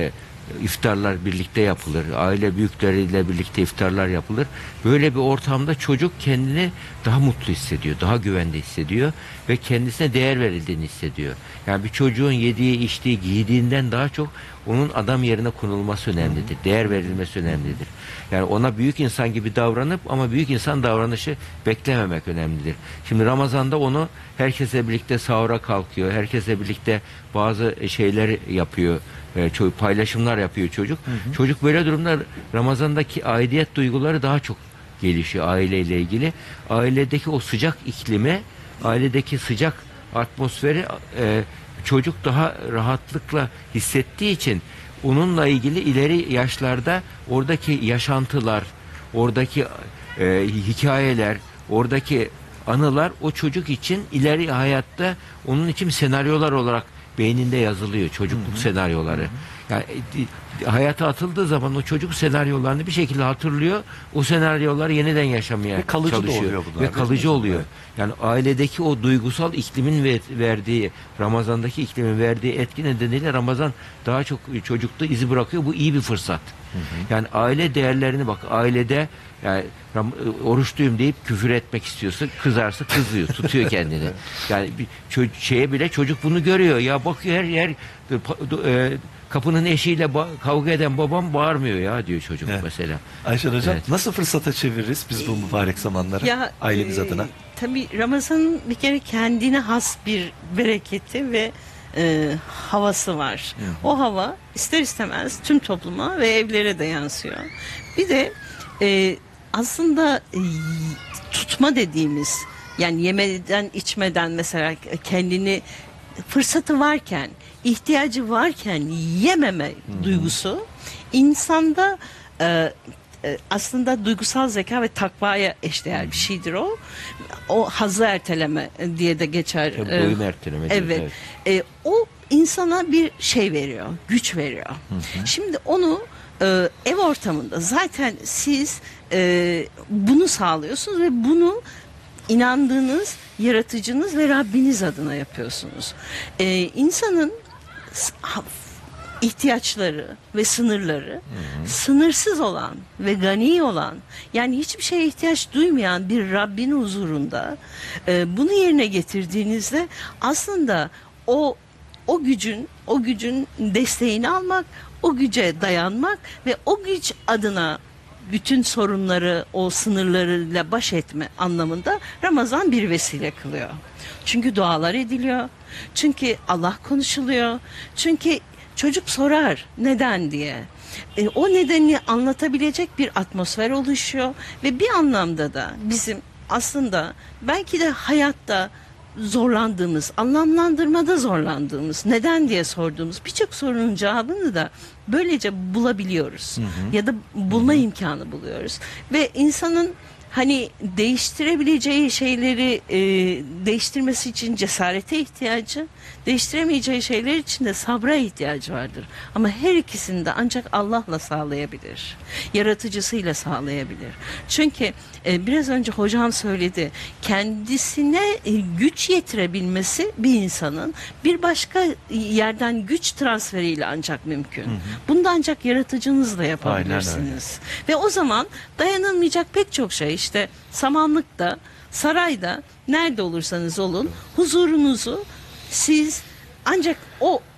iftarlar birlikte yapılır. Aile büyükleriyle birlikte iftarlar yapılır. Böyle bir ortamda çocuk kendini daha mutlu hissediyor, daha güvende hissediyor ve kendisine değer verildiğini hissediyor. Yani bir çocuğun yediği, içtiği, giydiğinden daha çok onun adam yerine konulması önemlidir. Değer verilmesi önemlidir. Yani ona büyük insan gibi davranıp ama büyük insan davranışı beklememek önemlidir. Şimdi Ramazan'da onu herkesle birlikte sahura kalkıyor. Herkesle birlikte bazı şeyler yapıyor. Paylaşımlar yapıyor çocuk. Çocuk böyle durumda Ramazan'daki aidiyet duyguları daha çok gelişiyor aileyle ilgili. Ailedeki o sıcak iklimi, ailedeki sıcak atmosferi çocuk daha rahatlıkla hissettiği için onunla ilgili ileri yaşlarda oradaki yaşantılar, oradaki hikayeler, oradaki anılar o çocuk için ileri hayatta onun için senaryolar olarak beyninde yazılıyor, çocukluk senaryoları. Yani hayata atıldığı zaman o çocuk senaryolarını bir şekilde hatırlıyor. O senaryoları yeniden yaşamaya Ve kalıcı da çalışıyor. oluyor bunlar, Ve değil kalıcı mi? oluyor. Evet. Yani ailedeki o duygusal iklimin verdiği, Ramazan'daki iklimin verdiği etki nedeniyle Ramazan daha çok çocukta izi bırakıyor. Bu iyi bir fırsat. Yani aile değerlerini bak, ailede yani oruçluyum deyip küfür etmek istiyorsa kızarsa kızıyor, tutuyor kendini. Yani bir şeye bile çocuk bunu görüyor. Ya bakıyor her kapının eşiyle kavga eden babam bağırmıyor ya diyor çocuk mesela. Ayşen hocam, Evet. nasıl fırsata çeviririz biz bu mübarek zamanları ailemiz adına? Tabii Ramazan'ın bir kere kendine has bir bereketi ve havası var. O hava ister istemez tüm topluma ve evlere de yansıyor. Bir de aslında tutma dediğimiz, yani yemeden içmeden mesela kendini fırsatı varken, ihtiyacı varken yememe duygusu insanda aslında duygusal zeka ve takvaya eşdeğer bir şeydir o. O hazzı erteleme diye de geçer. Tabii doyum erteleme diyoruz, Evet. O insana bir şey veriyor, güç veriyor. Şimdi onu ev ortamında zaten siz bunu sağlıyorsunuz ve bunu inandığınız yaratıcınız ve Rabbiniz adına yapıyorsunuz. İnsanın ihtiyaçları ve sınırları sınırsız olan ve gani olan, yani hiçbir şeye ihtiyaç duymayan bir Rabbin huzurunda bunu yerine getirdiğinizde aslında o gücün desteğini almak, o güce dayanmak ve o güç adına bütün sorunları, o sınırlarıyla baş etme anlamında Ramazan bir vesile kılıyor. Çünkü dualar ediliyor. Çünkü Allah konuşuluyor. Çünkü çocuk sorar neden diye. O nedeni anlatabilecek bir atmosfer oluşuyor ve bir anlamda da bizim aslında belki de hayatta zorlandığımız, anlamlandırmada zorlandığımız, neden diye sorduğumuz birçok sorunun cevabını da böylece bulabiliyoruz. Ya da bulma imkanı buluyoruz. Ve insanın hani değiştirebileceği şeyleri değiştirmesi için cesarete ihtiyacı, değiştiremeyeceği şeyler için de sabra ihtiyacı vardır. Ama her ikisini de ancak Allah'la sağlayabilir. Yaratıcısıyla sağlayabilir. Çünkü biraz önce hocam söyledi, kendisine güç yetirebilmesi bir insanın bir başka yerden güç transferiyle ancak mümkün. Bunu da ancak yaratıcınızla yapabilirsiniz. Ve o zaman dayanılmayacak pek çok şey, işte samanlıkta, sarayda, nerede olursanız olun, huzurunuzu siz ancak o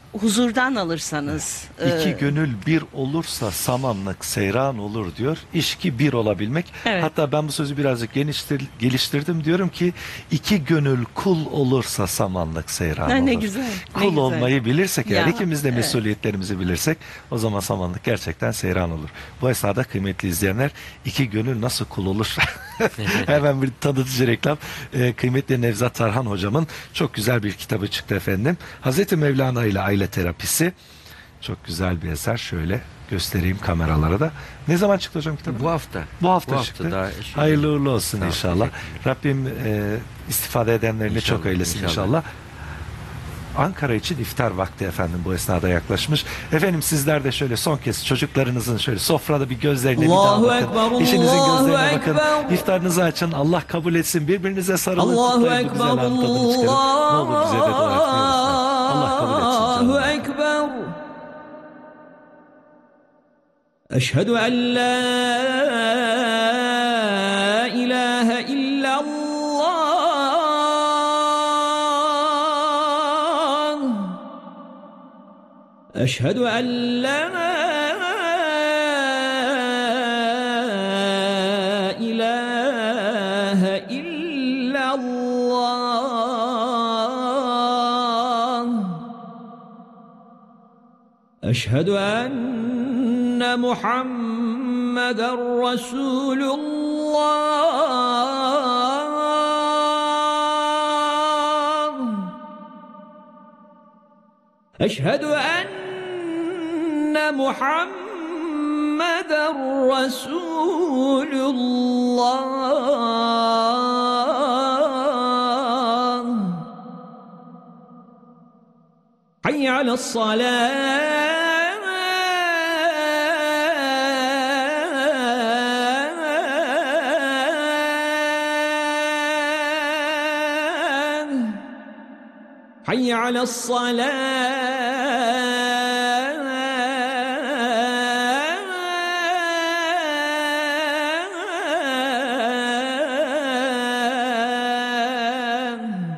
huzurdan alırsanız. İki gönül bir olursa samanlık seyran olur diyor. İşki bir olabilmek. Evet. Hatta ben bu sözü birazcık geliştirdim. Diyorum ki iki gönül kul olursa samanlık seyran Ha, olur. ne güzel, ne Kul güzel. olmayı bilirsek eğer Ya, ikimiz de evet. mesuliyetlerimizi bilirsek o zaman samanlık gerçekten seyran olur. Bu esnada kıymetli izleyenler iki gönül nasıl kul olur? Hemen bir tanıtıcı reklam. Kıymetli Nevzat Tarhan hocamın çok güzel bir kitabı çıktı efendim. Hazreti Mevlana ile Aile Terapisi. Çok güzel bir eser. Şöyle göstereyim kameralara da. Ne zaman çıktı hocam kitabı? Bu hafta. Bu hafta çıktı. daha Hayırlı uğurlu olsun Sağ ol, inşallah. teşekkürler. Rabbim istifade edenlerini İnşallah, çok eylesin inşallah. inşallah. Ankara için iftar vakti efendim bu esnada yaklaşmış. Efendim sizler de şöyle son kez çocuklarınızın şöyle sofrada bir gözlerine Allahu bir daha bakın. Ekber, Eşinizin Allahu gözlerine bakın. Ekber. İftarınızı açın. Allah kabul etsin. Birbirinize sarılın. Allahu Kutlayın bu güzel Ekber, anın tadını çıkarın. Ne olur bize de dua etmeyi unutmayın. Allah kabul etsin Allahu canım. Ekber. Eşhedü en la ilahe illallah. Eşhedü en la ilahe illallah. Eşhedü enne Muhammeden Resulullah. Eşhedü enne Muhammeden Resulullah. Hayy alassalah. Hayy alassalah.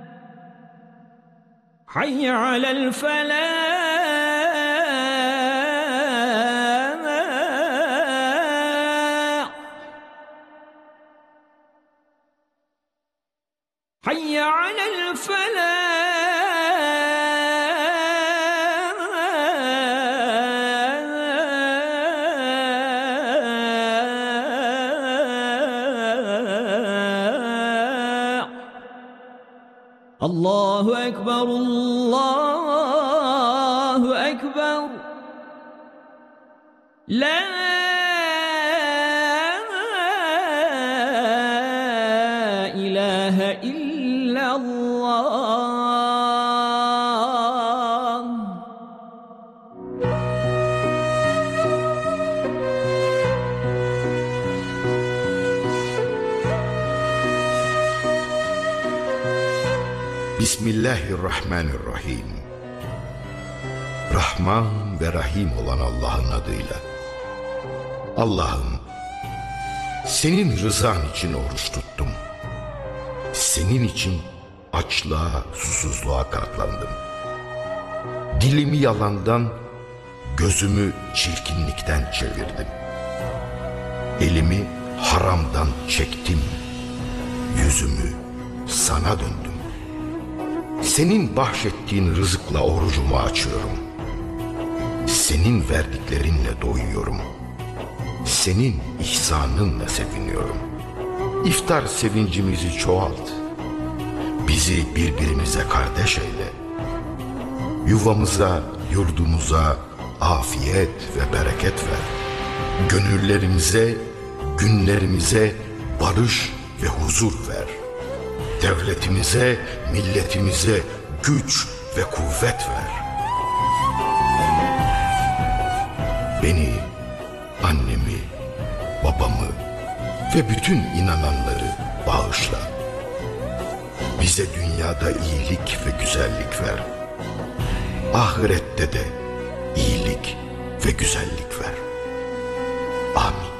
حي على الفلاح. حي على الفلاح. الله أكبر الله أكبر. لا إله إلا الله. Bismillahirrahmanirrahim. Rahman ve Rahim olan Allah'ın adıyla. Allah'ım, senin rızan için oruç tuttum. Senin için açlığa, susuzluğa katlandım. Dilimi yalandan, gözümü çirkinlikten çevirdim. Elimi haramdan çektim. Yüzümü sana döndüm. Senin bahşettiğin rızıkla orucumu açıyorum. Senin verdiklerinle doyuyorum. Senin ihsanınla seviniyorum. İftar sevincimizi çoğalt. Bizi birbirimize kardeş eyle. Yuvamıza, yurdumuza afiyet ve bereket ver. Gönüllerimize, günlerimize barış ve huzur ver. Devletimize, milletimize güç ve kuvvet ver. Beni, annemi, babamı ve bütün inananları bağışla. Bize dünyada iyilik ve güzellik ver. Ahirette de iyilik ve güzellik ver. Amin.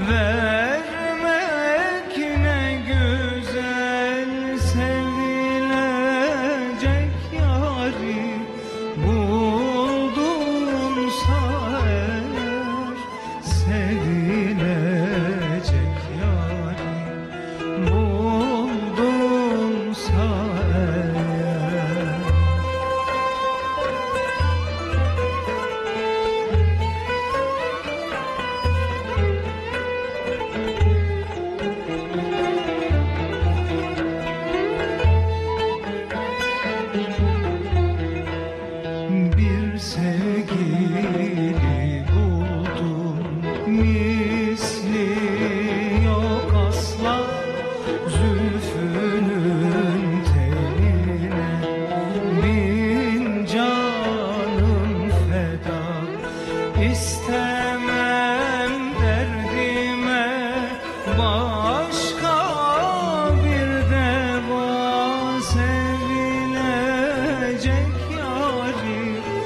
vermek ne güzel, sevilecek yari buldunsa eğer, sevilecek yari buldunsa eğer. Bir sevgili buldum, misli yok asla, zülfünün teline bin canım feda. İstemem derdime başka bir deva, sevilecek yari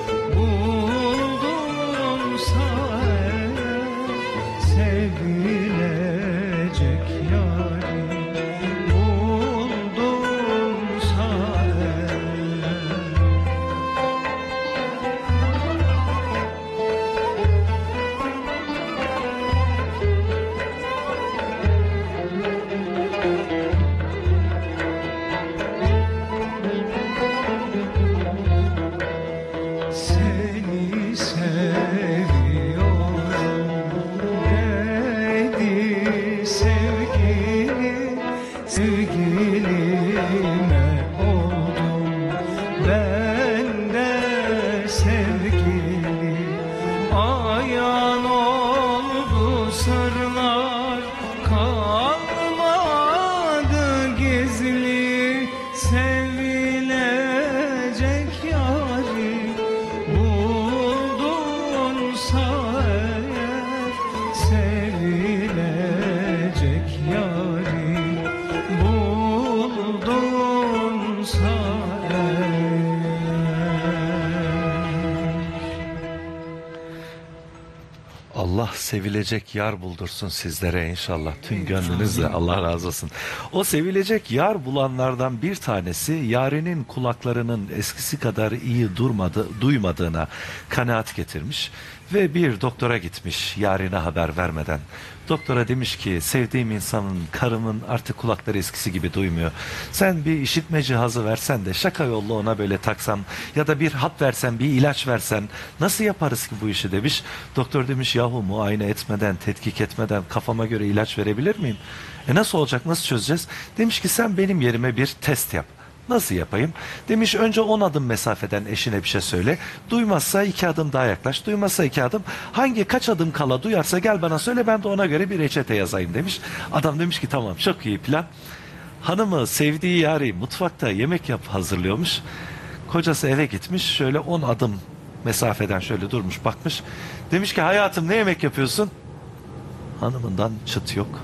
buldumsa eğer, sevilecek yari buldumsa eğer. Seni seviyorum dedi sevgili, sevgilime oldum ben de sevgili. Ayan oldu sırlar, kalmadı gizli, sevilecek yari buldunsa eğer, sevilecek yari buldunsa eğer. Allah sevilecek yar buldursun sizlere inşallah. Tüm gönlünüzle, Allah razı olsun. O sevilecek yar bulanlardan bir tanesi yarinin kulaklarının eskisi kadar iyi duymadığına kanaat getirmiş ve bir doktora gitmiş yarine haber vermeden. Doktora demiş ki sevdiğim insanın, karımın artık kulakları eskisi gibi duymuyor. Sen bir işitme cihazı versen de şaka yolla ona böyle taksan ya da bir hap versen, bir ilaç versen nasıl yaparız ki bu işi demiş. Doktor demiş yahu muayene etmeden, tetkik etmeden kafama göre ilaç verebilir miyim? Nasıl olacak, nasıl çözeceğiz? Demiş ki sen benim yerime bir test yap. Nasıl yapayım? Demiş önce 10 adım mesafeden eşine bir şey söyle. Duymazsa 2 adım daha yaklaş. Duymazsa 2 adım. Kaç adım kala duyarsa gel bana söyle, ben de ona göre bir reçete yazayım demiş. Adam demiş ki tamam, çok iyi plan. Hanımı sevdiği yari mutfakta yemek hazırlıyormuş. Kocası eve gitmiş, şöyle 10 adım mesafeden şöyle durmuş bakmış. Demiş ki hayatım ne yemek yapıyorsun? Hanımından çıt yok.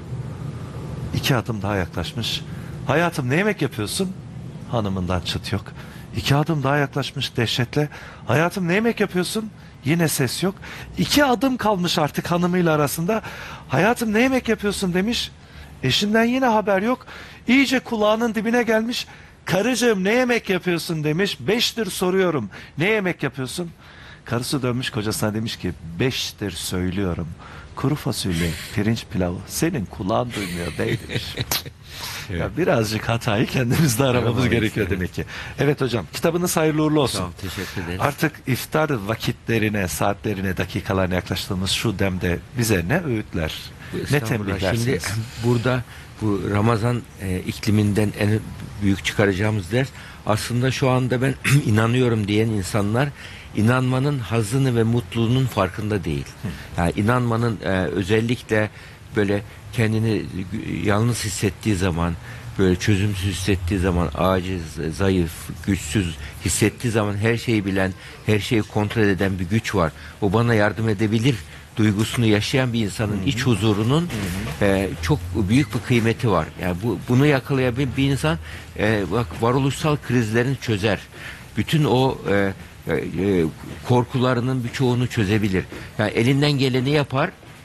2 adım daha yaklaşmış. Hayatım ne yemek yapıyorsun? Hanımından çıt yok. 2 adım daha yaklaşmış dehşetle. Hayatım ne yemek yapıyorsun? Yine ses yok. 2 adım kalmış artık hanımıyla arasında. Hayatım ne yemek yapıyorsun demiş. Eşinden yine haber yok. İyice kulağının dibine gelmiş. Karıcığım ne yemek yapıyorsun demiş. 5'tir soruyorum. Ne yemek yapıyorsun? Karısı dönmüş kocasına demiş ki 5'tir söylüyorum. Kuru fasulye, pirinç pilavı. Senin kulağın duymuyor bey demiş. Ya birazcık hatayı kendimizde aramamız gerekiyor demek ki. Evet hocam, kitabınız hayırlı uğurlu olsun. Sağ ol, teşekkür ederim. Artık iftar vakitlerine, saatlerine, dakikalarına yaklaştığımız şu demde bize ne öğütler, ne Estağfurullah. tembihlersiniz? Şimdi burada bu Ramazan ikliminden en büyük çıkaracağımız ders aslında şu anda ben inanıyorum diyen insanlar inanmanın hazzını ve mutluluğunun farkında değil. Yani inanmanın özellikle böyle kendini yalnız hissettiği zaman, böyle çözümsüz hissettiği zaman, aciz, zayıf, güçsüz hissettiği zaman her şeyi bilen, her şeyi kontrol eden bir güç var. O bana yardım edebilir duygusunu yaşayan bir insanın iç huzurunun çok büyük bir kıymeti var. Yani bunu yakalayabilen bir insan varoluşsal krizlerini çözer. Bütün o korkularının birçoğunu çözebilir. Yani elinden geleni yapar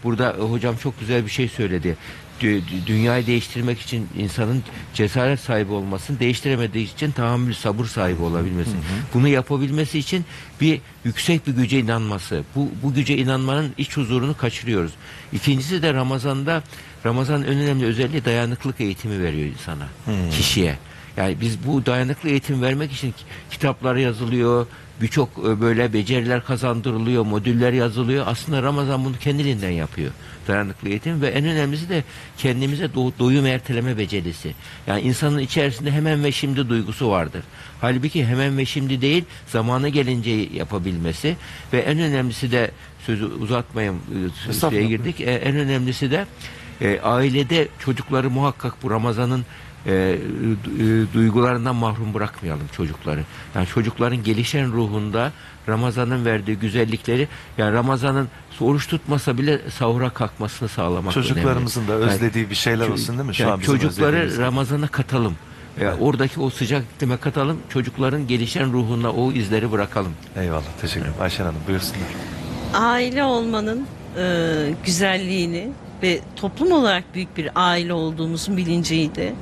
burada hocam çok güzel bir şey söyledi. Dünyayı değiştirmek için insanın cesaret sahibi olmasın, değiştiremediği için tahammül, sabır sahibi olabilmesi. Bunu yapabilmesi için bir yüksek bir güce inanması. Bu güce inanmanın iç huzurunu kaçırıyoruz. İkincisi de Ramazan'ın en önemli özelliği dayanıklılık eğitimi veriyor insana, kişiye. Yani biz bu dayanıklı eğitim vermek için kitaplar yazılıyor, birçok böyle beceriler kazandırılıyor, modüller yazılıyor. Aslında Ramazan bunu kendiliğinden yapıyor. Dayanıklı eğitim ve en önemlisi de kendimize doyum erteleme becerisi. Yani insanın içerisinde hemen ve şimdi duygusu vardır. Halbuki hemen ve şimdi değil, zamanı gelince yapabilmesi ve en önemlisi de sözü uzatmayayım, süreye girdik. En önemlisi de ailede çocukları muhakkak bu Ramazan'ın duygularından mahrum bırakmayalım çocukları. Yani çocukların gelişen ruhunda Ramazan'ın verdiği güzellikleri, yani Ramazan'ın oruç tutmasa bile sahura kalkmasını sağlamak önemli. Çocuklarımızın da özlediği bir şeyler olsun değil mi? Şu yani an bizim çocukları özlediğimiz. Ramazan'a katalım. Oradaki o sıcak iklime katalım. Çocukların gelişen ruhuna o izleri bırakalım. Eyvallah. Teşekkür ederim. Ayşen Hanım buyursunlar. Aile olmanın güzelliğini ve toplum olarak büyük bir aile olduğumuzun bilinciyle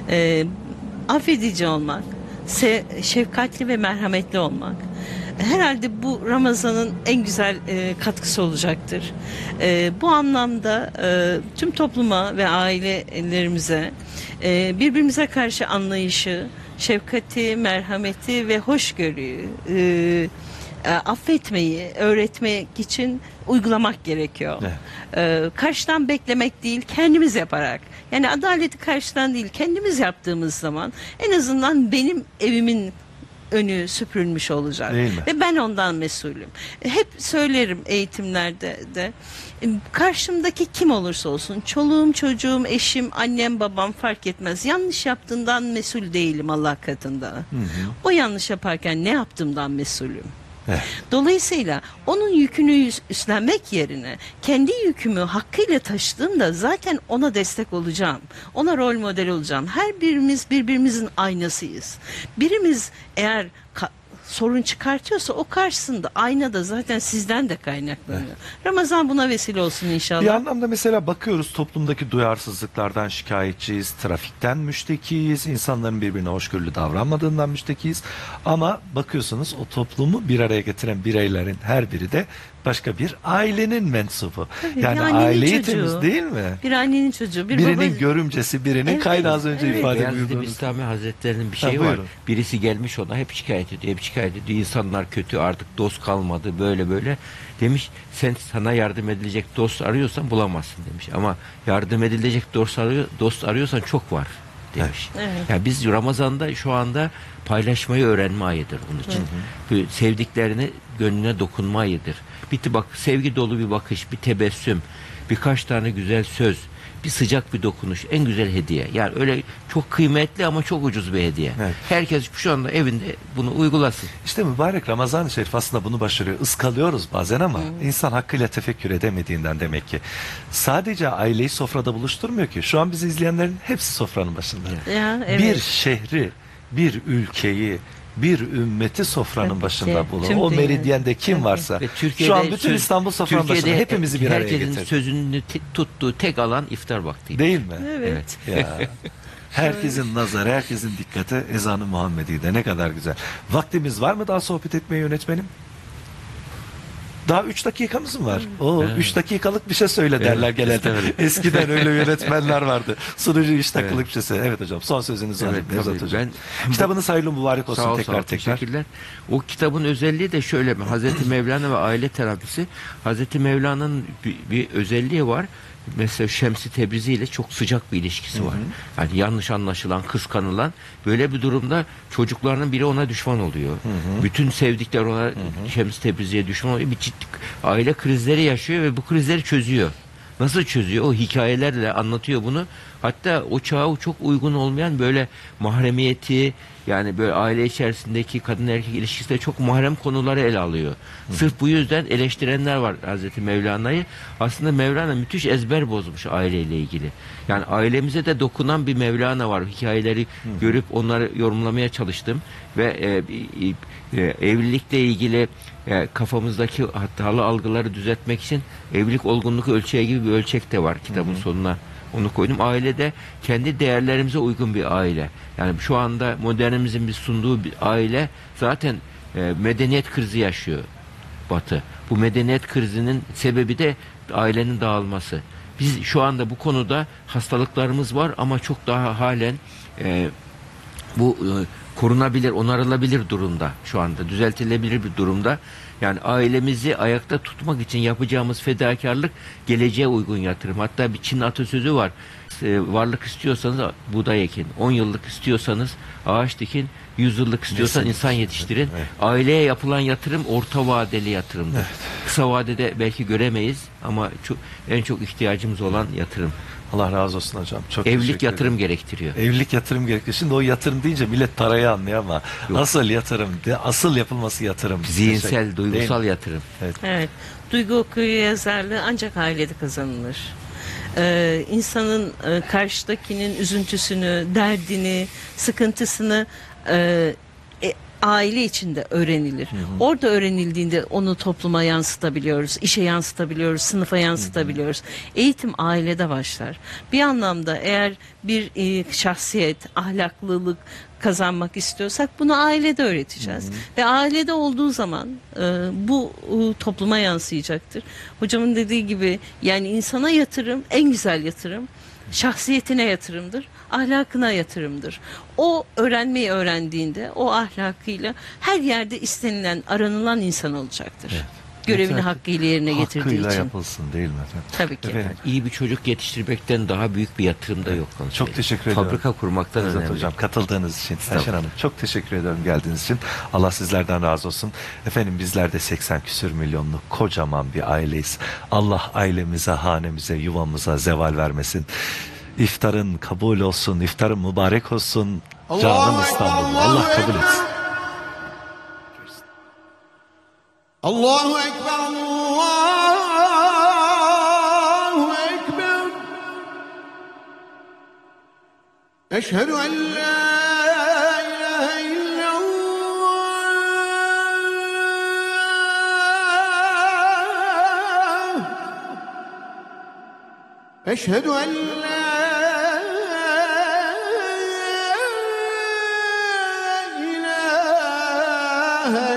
affedici olmak, şefkatli ve merhametli olmak herhalde bu Ramazan'ın en güzel katkısı olacaktır. Bu anlamda tüm topluma ve ailelerimize birbirimize karşı anlayışı, şefkati, merhameti ve hoşgörüyü affetmeyi öğretmek için uygulamak gerekiyor. Karşıdan beklemek değil, kendimiz yaparak. Yani adaleti karşıdan değil, kendimiz yaptığımız zaman en azından benim evimin önü süpürülmüş olacak. Değil mi? Ve ben ondan mesulüm. Hep söylerim eğitimlerde de. Karşımdaki kim olursa olsun, çoluğum, çocuğum, eşim, annem, babam fark etmez. Yanlış yaptığından mesul değilim Allah katında. O yanlış yaparken ne yaptığımdan mesulüm. Evet. Dolayısıyla onun yükünü üstlenmek yerine kendi yükümü hakkıyla taşıdığımda zaten ona destek olacağım. Ona rol model olacağım. Her birimiz birbirimizin aynasıyız. Birimiz eğer sorun çıkartıyorsa o karşısında aynada zaten sizden de kaynaklanıyor. Evet. Ramazan buna vesile olsun inşallah. Bir anlamda mesela bakıyoruz toplumdaki duyarsızlıklardan şikayetçiyiz, trafikten müştekiyiz, insanların birbirine hoşgörülü davranmadığından müştekiyiz. Ama bakıyorsunuz o toplumu bir araya getiren bireylerin her biri de başka bir ailenin mensubu. Tabii, yani aileyi temiz değil mi? Bir annenin çocuğu. Birinin görümcesi, birinin kaynağı az önce ifade Beyazıt buyurduğunuz. Bistami Hazretleri'nin bir şeyi var. Buyurun. Birisi gelmiş ona hep şikayet ediyor, hep şikayet ediyor. İnsanlar kötü, artık dost kalmadı, böyle böyle. Demiş, sen sana yardım edilecek dost arıyorsan bulamazsın demiş. Ama yardım edilecek dost arıyorsan çok var demiş. Evet. Yani biz Ramazan'da şu anda paylaşmayı öğrenme ayıdır bunun için. Böyle sevdiklerini gönlüne dokunma ayıdır. Bak, sevgi dolu bir bakış, bir tebessüm, birkaç tane güzel söz, bir sıcak bir dokunuş, en güzel hediye. Yani öyle çok kıymetli ama çok ucuz bir hediye. Evet. Herkes şu anda evinde bunu uygulasın. İşte mübarek Ramazan-ı Şerif aslında bunu başarıyor. Iskalıyoruz bazen ama insan hakkıyla tefekkür edemediğinden demek ki. Sadece aileyi sofrada buluşturmuyor ki. Şu an bizi izleyenlerin hepsi sofranın başında. Ya, evet. Bir şehri, bir ülkeyi, bir ümmeti sofranın Tabii başında ki. bulun. Tüm O dünya. meridyende kim Tabii. varsa. Ve Şu an bütün İstanbul sofranın başında hepimizi bir araya herkesin getirdi. sözünü tuttuğu tek alan iftar vakti. Değil mi? Evet. Ya. Herkesin nazarı, herkesin dikkati ezanı Muhammedi'de. Ne kadar güzel. Vaktimiz var mı daha sohbet etmeye yönetmenim? Daha 3 dakikamız mı var? O 3 dakikalık bir şey söyle derler Evet, genelde. estağfurullah. Eskiden öyle yönetmenler vardı. Sunucu 3 dakikalık bir şey söyle. Evet hocam, son sözünüz var. Evet, Nevzat tabii. hocam. Kitabınız hayırlı mübarek olsun Sağ ol, tekrar. teşekkürler. O kitabın özelliği de şöyle mi? Hazreti Mevlana ve aile terapisi. Hazreti Mevlana'nın bir özelliği var. Mesela Şems-i Tebrizi ile çok sıcak bir ilişkisi var. Yani yanlış anlaşılan, kıskanılan böyle bir durumda çocuklarının biri ona düşman oluyor. Bütün sevdikler ona Şems-i Tebrizi'ye düşman oluyor. Bir ciddi aile krizleri yaşıyor ve bu krizleri çözüyor. Nasıl çözüyor? O hikayelerle anlatıyor bunu. Hatta o çağa çok uygun olmayan böyle mahremiyeti, Yani böyle aile içerisindeki kadın erkek ilişkisi de çok mahrem konuları ele alıyor. Sırf bu yüzden eleştirenler var Hazreti Mevlana'yı. Aslında Mevlana müthiş ezber bozmuş aileyle ilgili. Yani ailemize de dokunan bir Mevlana var. Hikayeleri görüp onları yorumlamaya çalıştım ve evlilikle ilgili kafamızdaki hatalı algıları düzeltmek için evlilik olgunluk ölçeği gibi bir ölçek de var kitabın sonuna. Onu koydum. Ailede kendi değerlerimize uygun bir aile. Yani şu anda modernimizin bir sunduğu bir aile zaten medeniyet krizi yaşıyor Batı. Bu medeniyet krizinin sebebi de ailenin dağılması. Biz şu anda bu konuda hastalıklarımız var ama çok daha halen bu korunabilir, onarılabilir durumda şu anda. Düzeltilebilir bir durumda. Yani ailemizi ayakta tutmak için yapacağımız fedakarlık geleceğe uygun yatırım. Hatta bir Çin atasözü var. Varlık istiyorsanız buğday ekin. 10 yıllık istiyorsanız ağaç dikin. 100 yıllık istiyorsan insan yetiştirin. Evet. Aileye yapılan yatırım orta vadeli yatırımdır. Evet. Kısa vadede belki göremeyiz ama en çok ihtiyacımız olan yatırım. Allah razı olsun hocam. Çok Evlilik teşekkür yatırım ederim. gerektiriyor. Evlilik yatırım gerekiyor. Şimdi o yatırım deyince millet parayı anlıyor ama asıl yatırım, asıl yapılması yatırım. Zihinsel, Değil mi? duygusal yatırım. Evet. Duygu okuyucu yazarlığı ancak ailede kazanılır. İnsanın karşıdakinin üzüntüsünü, derdini, sıkıntısını aile içinde öğrenilir. Orada öğrenildiğinde onu topluma yansıtabiliyoruz, işe yansıtabiliyoruz, sınıfa yansıtabiliyoruz. Eğitim ailede başlar. Bir anlamda eğer bir şahsiyet, ahlaklılık kazanmak istiyorsak bunu ailede öğreteceğiz. Ve ailede olduğu zaman bu topluma yansıyacaktır. Hocamın dediği gibi yani insana yatırım, en güzel yatırım şahsiyetine yatırımdır, ahlakına yatırımdır. O öğrenmeyi öğrendiğinde o ahlakıyla her yerde istenilen, aranılan insan olacaktır. Evet. Görevini Yeter ki hakkıyla yerine getirdiği hakkıyla için. yapılsın değil mi efendim? Tabii ki. Efendim, İyi bir çocuk yetiştirmekten daha büyük bir yatırım da yok. çok teşekkür ediyorum. Fabrika kurmaktan Nevzat önemli. Hocam katıldığınız için. Estağfurullah. Ayşen Hanım çok teşekkür ediyorum geldiğiniz için. Allah sizlerden razı olsun. Efendim bizler de 80 küsür milyonluk kocaman bir aileyiz. Allah ailemize, hanemize, yuvamıza zeval vermesin. İftarın kabul olsun, iftarın mübarek olsun. Canım İstanbul. Allah kabul etsin. Allahu Ekber, Allahu Ekber. Eşhedü en la ilahe illallah. Eşhedü en la ilahe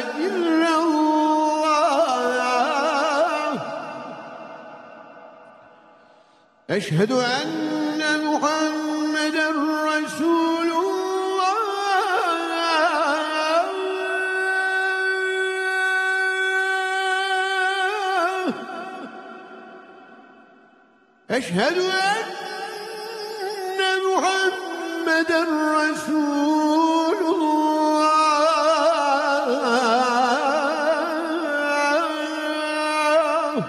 illallah. Eşhedü enne Muhammeden Resulullah. Eşhedü enne Muhammeden Resulullah.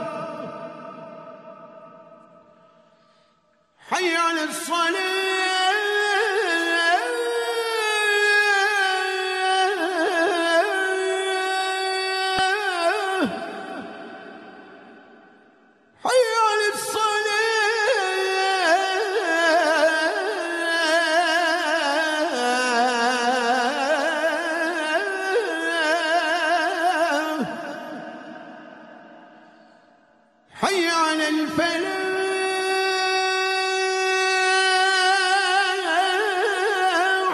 Hayy ale's-salah. Hayy ale's-salah. Hayy alel-felah.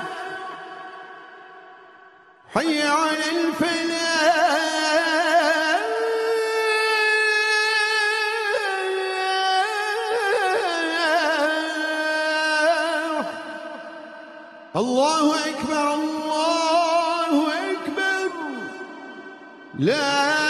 Hayy alel-felah. Allahu Ekber, Allahu Ekber. La